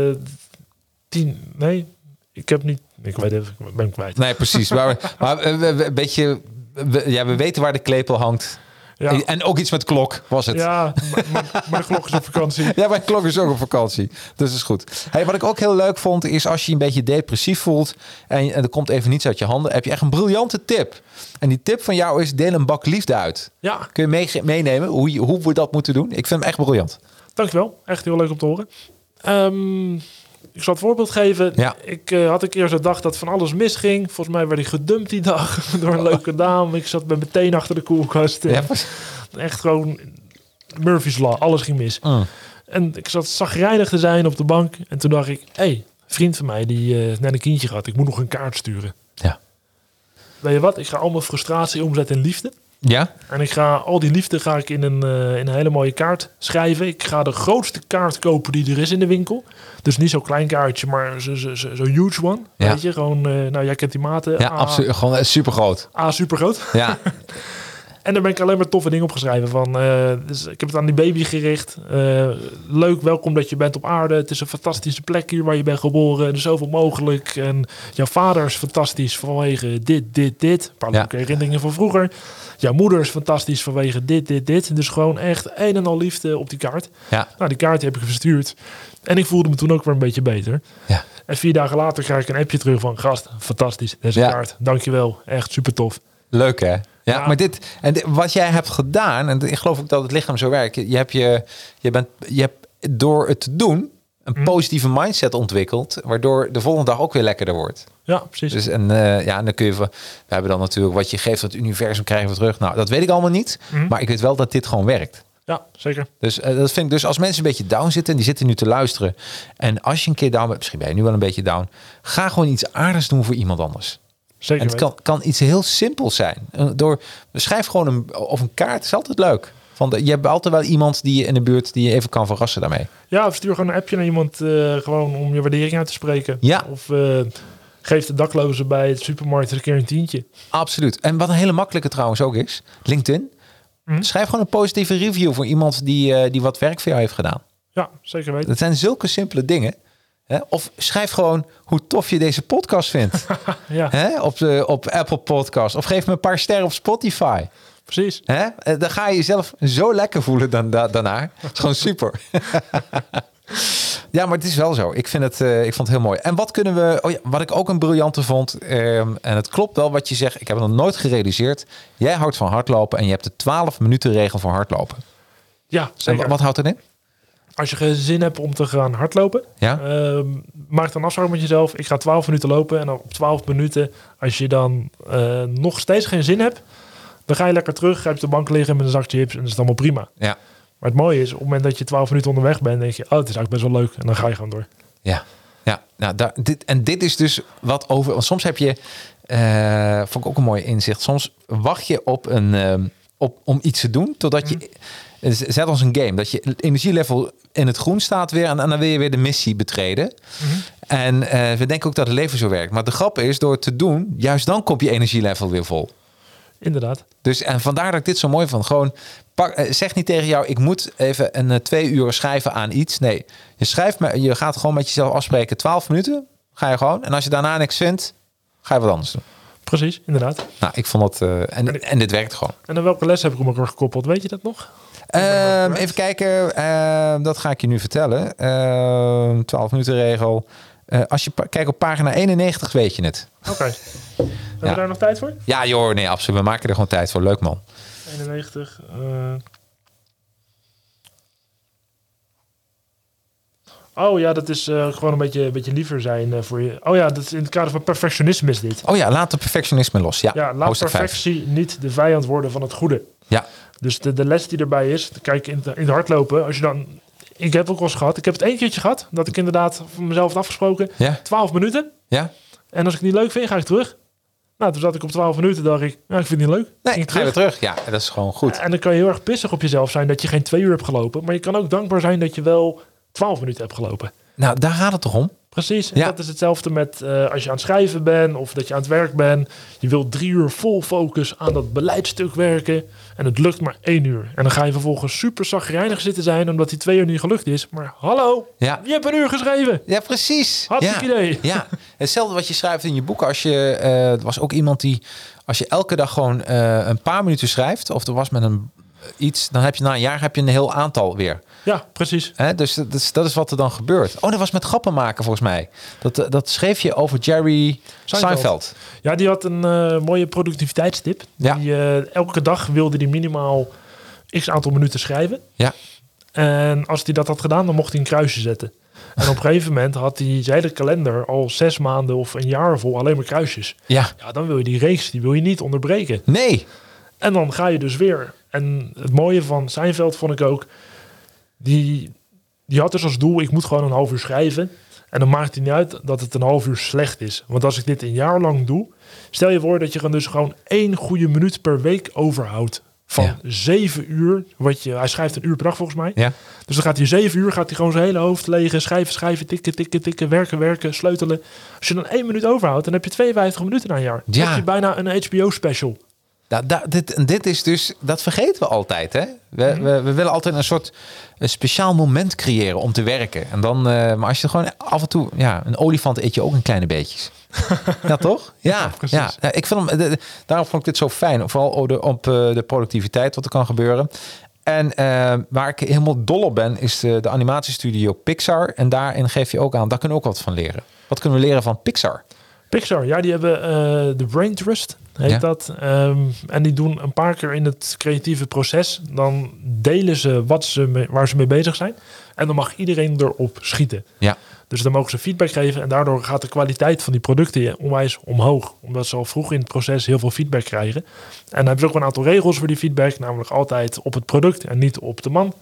10... Nee, ik heb niet... Ik weet het, ik ben kwijt. Nee, precies. maar een beetje... we weten waar de klepel hangt. Ja. En ook iets met klok was het. Ja, maar de klok is op vakantie. Ja, mijn klok is ook op vakantie. Dus dat is goed. Hey, wat ik ook heel leuk vond, is als je je een beetje depressief voelt en er komt even niets uit je handen, heb je echt een briljante tip. En die tip van jou is: deel een bak liefde uit. Ja. Kun je meenemen hoe we dat moeten doen? Ik vind hem echt briljant. Dankjewel. Echt heel leuk om te horen. Ik zal het voorbeeld geven. Ja. Ik had een keer zo'n dag dat van alles misging. Volgens mij werd ik gedumpt die dag door een leuke dame. Ik zat met meteen achter de koelkast. Ja. Echt gewoon Murphy's Law. Alles ging mis. En ik zat chagrijnig te zijn op de bank. En toen dacht ik, een vriend van mij die net een kindje gehad. Ik moet nog een kaart sturen. Ja. Weet je wat? Ik ga al mijn frustratie omzetten in liefde. Ja? En ik ga al die liefde in een hele mooie kaart schrijven. Ik ga de grootste kaart kopen die er is in de winkel. Dus niet zo'n klein kaartje, maar zo'n huge one. Ja. Weet je, gewoon, jij kent die maten. Ja, absoluut. Gewoon super groot. Super groot. Ja. En daar ben ik alleen maar toffe dingen opgeschreven van. Dus ik heb het aan die baby gericht. Leuk, welkom dat je bent op aarde. Het is een fantastische plek hier waar je bent geboren. Er is zoveel mogelijk. En jouw vader is fantastisch vanwege dit. Een paar leuke herinneringen van vroeger. Jouw moeder is fantastisch vanwege dit. Dus gewoon echt een en al liefde op die kaart. Ja. Nou, die kaart heb ik verstuurd. En ik voelde me toen ook weer een beetje beter. Ja. En 4 dagen later krijg ik een appje terug van: gast, fantastisch, deze kaart. Dankjewel, echt super tof. Leuk hè? Ja, maar wat jij hebt gedaan, en ik geloof ook dat het lichaam zo werkt. Je hebt door het te doen een positieve mindset ontwikkeld, waardoor de volgende dag ook weer lekkerder wordt. Ja, precies. Dus en dan kun je, we hebben dan natuurlijk wat je geeft aan het universum krijgen we terug. Nou, dat weet ik allemaal niet, maar ik weet wel dat dit gewoon werkt. Ja, zeker. Dus dat vind ik dus als mensen een beetje down zitten en die zitten nu te luisteren. En als je een keer down bent, misschien ben je nu wel een beetje down, ga gewoon iets aardigs doen voor iemand anders. Zeker. En het kan iets heel simpels zijn. Schrijf gewoon op een kaart, is altijd leuk. Je hebt altijd wel iemand die je in de buurt die je even kan verrassen daarmee. Ja, of stuur gewoon een appje naar iemand gewoon om je waardering uit te spreken. Ja. Of geef de daklozen bij het supermarkt een keer een tientje. Absoluut. En wat een hele makkelijke trouwens ook is, LinkedIn. Schrijf gewoon een positieve review voor iemand die wat werk voor jou heeft gedaan. Ja, zeker weten. Dat zijn zulke simpele dingen. Of schrijf gewoon hoe tof je deze podcast vindt. Ja. Op Apple Podcast. Of geef me een paar sterren op Spotify. Precies. Dan ga je jezelf zo lekker voelen daarna. Het is gewoon super. Ja, maar het is wel zo. Ik vond het heel mooi. En wat kunnen we... wat ik ook een briljante vond... en het klopt wel wat je zegt. Ik heb het nog nooit gerealiseerd. Jij houdt van hardlopen en je hebt de 12 minuten regel voor hardlopen. Ja, zeker. En wat houdt erin? Als je geen zin hebt om te gaan hardlopen, maak dan afspraak met jezelf. Ik ga 12 minuten lopen en dan op 12 minuten, als je dan nog steeds geen zin hebt, dan ga je lekker terug, ga je op de bank liggen met een zak chips en dat is allemaal prima. Ja. Maar het mooie is, op het moment dat je 12 minuten onderweg bent, denk je, het is eigenlijk best wel leuk. En dan ga je gewoon door. Ja. Nou, dit is dus wat over... Want soms heb je, vond ik ook een mooi inzicht, soms wacht je om iets te doen, totdat je... Zet als een game, dat je energielevel in het groen staat weer en dan wil je weer de missie betreden. En we denken ook dat het leven zo werkt. Maar de grap is, door het te doen, juist dan komt je energielevel weer vol. Inderdaad. Dus en vandaar dat ik dit zo mooi vond. Gewoon, zeg niet tegen jou, ik moet even 2 uur schrijven aan iets. Nee, je gaat gewoon met jezelf afspreken. 12 minuten ga je gewoon. En als je daarna niks vindt, ga je wat anders doen. Precies, inderdaad. Nou, ik vond dat... En dit werkt gewoon. En aan welke les heb ik hem ook gekoppeld? Weet je dat nog? Even kijken. Dat ga ik je nu vertellen. 12 minuten regel. Als je kijkt op pagina 91 weet je het. Oké. Hebben we daar nog tijd voor? Ja joh, nee, absoluut. We maken er gewoon tijd voor. Leuk man. 91. Oh ja, dat is gewoon een beetje liever zijn voor je. Oh ja, dat is in het kader van perfectionisme is dit. Oh ja, laat de perfectionisme los. Ja, laat perfectie niet de vijand worden van het goede. Ja. Dus de les die erbij is, kijk in het hardlopen, als je dan... Ik heb ook wel eens gehad, ik heb het 1 keertje gehad, dat ik inderdaad van mezelf had afgesproken. Ja. 12 minuten. Ja. En als ik het niet leuk vind, ga ik terug. Nou, toen zat ik op 12 minuten, dacht ik, ik vind het niet leuk. Nee, ik ga weer terug. Ja, dat is gewoon goed. En dan kan je heel erg pissig op jezelf zijn dat je geen 2 uur hebt gelopen. Maar je kan ook dankbaar zijn dat je wel 12 minuten hebt gelopen. Nou, daar gaat het toch om? Precies. En dat is hetzelfde met als je aan het schrijven bent of dat je aan het werk bent. Je wilt 3 uur vol focus aan dat beleidstuk werken. En het lukt maar 1 uur. En dan ga je vervolgens super chagrijnig zitten zijn omdat die 2 uur niet gelukt is. Maar hallo, je hebt 1 uur geschreven. Ja, precies. Hartstikke idee. Ja, hetzelfde wat je schrijft in je boek. Als je, er was ook iemand die, als je elke dag gewoon een paar minuten schrijft. Of er was met een iets, dan heb je na een jaar een heel aantal weer. Ja, precies. Dus dat is wat er dan gebeurt. Oh, dat was met grappen maken volgens mij. Dat schreef je over Jerry Seinfeld. Ja, die had een mooie productiviteitstip. Ja. Elke dag wilde hij minimaal x aantal minuten schrijven. Ja. En als hij dat had gedaan, dan mocht hij een kruisje zetten. En op een gegeven moment had hij zijn hele kalender al 6 maanden of een jaar vol alleen maar kruisjes. Ja. Ja, dan wil je die reeks, die wil je niet onderbreken. Nee. En dan ga je dus weer. En het mooie van Seinfeld vond ik ook, die had dus als doel, ik moet gewoon een half uur schrijven. En dan maakt het niet uit dat het een half uur slecht is. Want als ik dit een jaar lang doe, stel je voor dat je dus gewoon 1 goede minuut per week overhoudt. Van 7 uur, hij schrijft een uur per dag volgens mij. Ja. Dus dan gaat hij 7 uur, gaat hij gewoon zijn hele hoofd legen, schrijven, tikken, werken, sleutelen. Als je dan 1 minuut overhoudt, dan heb je 52 minuten na een jaar. Dan heb je bijna een HBO special. Dit is dus, dat vergeten we altijd. Hè? We willen altijd een speciaal moment creëren om te werken. En dan, maar als je gewoon af en toe, een olifant eet je ook in kleine beetjes. Ja, toch? Ja, ja. Ik vind daarom vond ik dit zo fijn. Vooral op de productiviteit wat er kan gebeuren. En waar ik helemaal dol op ben, is de animatiestudio Pixar. En daarin geef je ook aan, daar kunnen we ook wat van leren. Wat kunnen we leren van Pixar? Pixar, ja, die hebben de Brain Trust, heet dat. En die doen een paar keer in het creatieve proces. Dan delen ze waar ze mee bezig zijn. En dan mag iedereen erop schieten. Ja. Dus dan mogen ze feedback geven. En daardoor gaat de kwaliteit van die producten onwijs omhoog. Omdat ze al vroeg in het proces heel veel feedback krijgen. En dan hebben ze ook een aantal regels voor die feedback. Namelijk altijd op het product en niet op de man.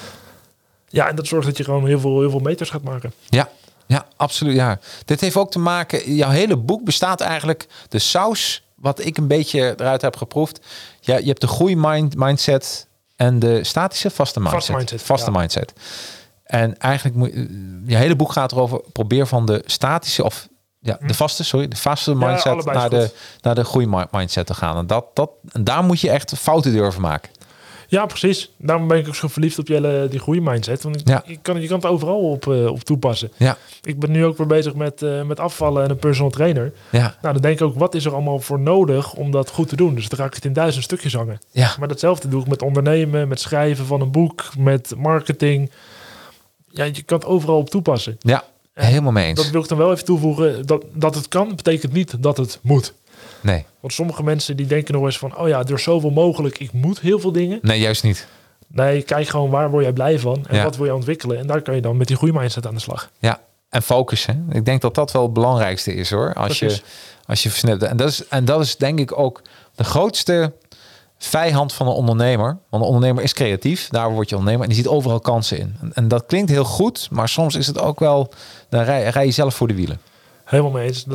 Ja, en dat zorgt dat je gewoon heel veel meters gaat maken. Ja. Ja, absoluut. Ja. Dit heeft ook te maken, jouw hele boek bestaat eigenlijk, de saus, wat ik een beetje eruit heb geproefd. Ja, je hebt de groeimindset en de statische vaste mindset. En eigenlijk moet je hele boek gaat erover, probeer van de statische of de vaste mindset naar de groeimindset te gaan. En daar moet je echt fouten durven maken. Ja, precies. Daarom ben ik ook zo verliefd op die groeimindset. Want je kan het overal op toepassen. Ja. Ik ben nu ook weer bezig met afvallen en een personal trainer. Ja. Nou, dan denk ik ook, wat is er allemaal voor nodig om dat goed te doen? Dus dan ga ik het in 1000 stukjes hangen. Ja. Maar datzelfde doe ik met ondernemen, met schrijven van een boek, met marketing. Ja, je kan het overal op toepassen. Ja, helemaal mee eens. Dat wil ik dan wel even toevoegen. Dat het kan, betekent niet dat het moet. Nee. Want sommige mensen die denken nog eens van, oh ja, er is zoveel mogelijk, ik moet heel veel dingen. Nee, juist niet. Nee, kijk gewoon waar word jij blij van en wat wil je ontwikkelen. En daar kan je dan met die groeimindset aan de slag. Ja, en focus. Hè? Ik denk dat dat wel het belangrijkste is hoor. Als je versnipt. En dat is denk ik ook de grootste vijand van een ondernemer. Want een ondernemer is creatief, daar word je ondernemer en die ziet overal kansen in. En dat klinkt heel goed, maar soms is het ook wel, dan rij je zelf voor de wielen. Helemaal mee eens.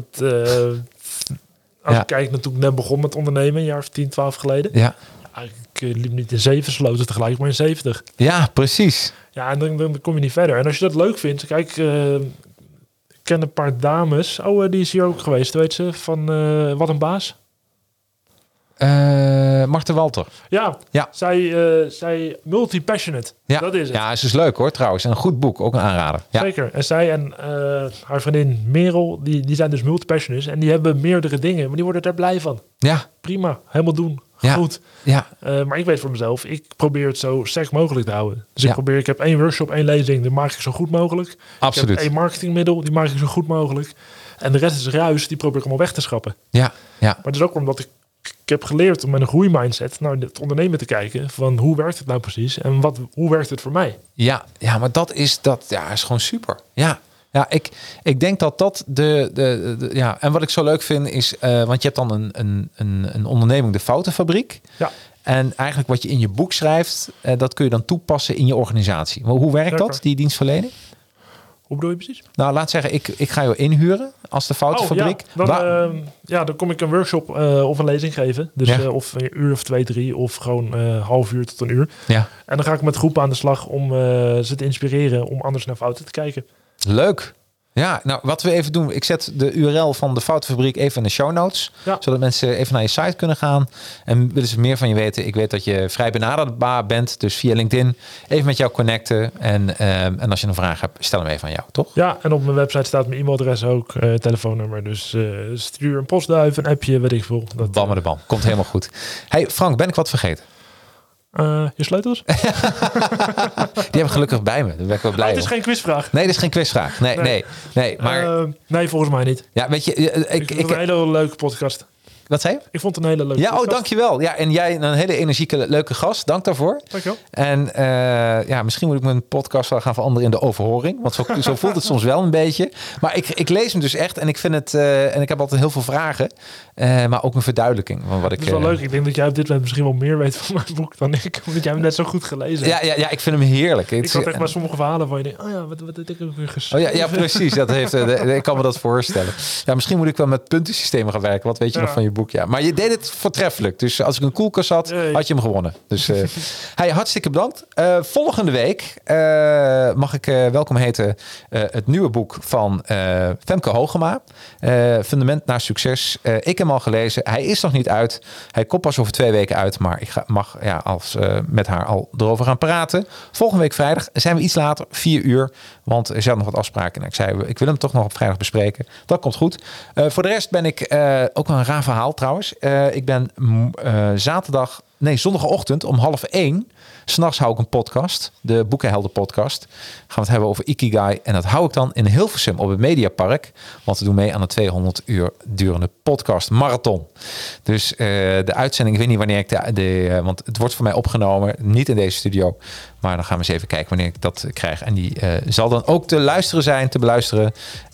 Als ik kijk naar toen ik net begon met ondernemen, een jaar of 10, 12 geleden. Ja. Ik liep niet in 7 sloten tegelijk, maar in 70. Ja, precies. Ja, en dan kom je niet verder. En als je dat leuk vindt, kijk, ik ken een paar dames. Oh, die is hier ook geweest, weet ze, van Wat een Baas. Marten Walter. Ja. Zij multi-passionate. Ja. Dat is het. Ja, ze is leuk hoor trouwens. En een goed boek, ook een aanrader. Ja. Zeker. En zij en haar vriendin Merel, die zijn dus multi-passionates. En die hebben meerdere dingen, maar die worden er blij van. Ja. Prima, helemaal doen. Ja. Goed. Ja. Maar ik weet voor mezelf, ik probeer het zo sterk mogelijk te houden. Dus ik heb 1 workshop, 1 lezing, die maak ik zo goed mogelijk. Absoluut. Ik heb 1 marketingmiddel, die maak ik zo goed mogelijk. En de rest is ruis, die probeer ik allemaal weg te schrappen. Ja. Ja. Maar het is ook omdat ik heb geleerd om met een groeimindset naar het ondernemen te kijken. Van hoe werkt het nou precies? En hoe werkt het voor mij? Ja, maar dat is gewoon super. Ja. Ja, ik denk dat en wat ik zo leuk vind is, want je hebt dan een onderneming, de Foutenfabriek. Ja. En eigenlijk wat je in je boek schrijft, dat kun je dan toepassen in je organisatie. Maar hoe werkt dat, die dienstverlening? Hoe bedoel je precies? Nou, laat zeggen, ik ga jou inhuren als de Foutenfabriek. Dan kom ik een workshop of een lezing geven. Dus of een uur of 2, 3 of gewoon half uur tot een uur. Ja. En dan ga ik met groepen aan de slag om ze te inspireren om anders naar fouten te kijken. Leuk. Ja, nou wat we even doen, ik zet de URL van de Foutenfabriek even in de show notes. Ja. Zodat mensen even naar je site kunnen gaan. En willen ze meer van je weten. Ik weet dat je vrij benaderbaar bent. Dus via LinkedIn even met jou connecten. En als je een vraag hebt, stel hem even aan jou, toch? Ja, en op mijn website staat mijn e-mailadres ook, telefoonnummer. Dus stuur een postduif, een appje, weet ik veel. Bam met de bam. Komt helemaal goed. Hey Frank, ben ik wat vergeten? Je sleutels? Die heb ik gelukkig bij me. Daar ben ik wel blij Het is geen quizvraag. Nee, dit is geen quizvraag. Nee, maar... nee, volgens mij niet. Ja, weet je... Ik vind het een hele leuke podcast. Wat zei je? Ik vond het een hele leuke podcast. Dankjewel. Ja, en jij een hele energieke, leuke gast. Dank daarvoor. Dankjewel. En misschien moet ik mijn podcast wel gaan veranderen in de overhoring. Want zo voelt het soms wel een beetje. Maar ik lees hem dus echt. En ik vind het... en ik heb altijd heel veel vragen. Maar ook een verduidelijking van wat ik... Het is wel leuk. Ik denk dat jij op dit moment misschien wel meer weet van mijn boek dan ik. Omdat jij hem net zo goed gelezen hebt. Ja, ik vind hem heerlijk. Ik had echt maar sommige verhalen van je denkt... wat heb ik ook weer geschreven? Ja, precies. Dat heeft, ik kan me dat voorstellen. Ja, misschien moet ik wel met puntensystemen gaan werken. Wat weet je nog van je boek? Ja, maar je deed het voortreffelijk. Dus als ik een koelkast had, had je hem gewonnen. Dus hartstikke bedankt. Volgende week mag ik welkom heten het nieuwe boek van Femke Hogema. Fundament naar succes. Ik heb hem al gelezen. Hij is nog niet uit. Hij komt pas over 2 weken uit. Maar ik mag met haar al erover gaan praten. Volgende week vrijdag zijn we iets later, 4 uur. Want er zijn nog wat afspraken. En ik zei, ik wil hem toch nog op vrijdag bespreken. Dat komt goed. Voor de rest ben ik ook wel een raar verhaal trouwens. Ik ben zondagochtend om 12:30. 'S'nachts hou ik een podcast. De Boekenhelden podcast. Gaan we het hebben over Ikigai. En dat hou ik dan in Hilversum op het Mediapark. Want we doen mee aan de 200 uur durende podcast marathon. Dus de uitzending, ik weet niet wanneer ik want het wordt voor mij opgenomen. Niet in deze studio. Maar dan gaan we eens even kijken wanneer ik dat krijg. En die zal dan ook te beluisteren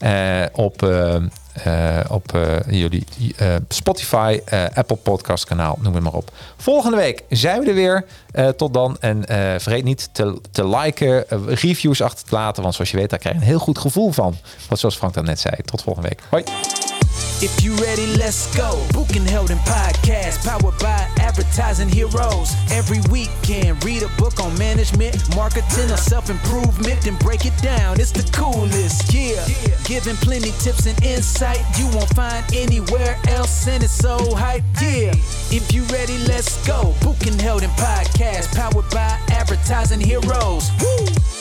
op jullie Spotify, Apple Podcast kanaal, noem het maar op. Volgende week zijn we er weer. Tot dan. En vergeet niet te liken, reviews achter te laten. Want zoals je weet, daar krijg je een heel goed gevoel van. Wat zoals Frank dan net zei. Tot volgende week. Hoi. If you ready, let's go. Boekenhelden podcast, powered by advertising heroes. Every weekend, read a book on management, marketing, or self-improvement, and break it down. It's the coolest, yeah. Giving plenty tips and insight you won't find anywhere else, and it's so hype, yeah. If you ready, let's go. Boekenhelden podcast, powered by advertising heroes. Woo!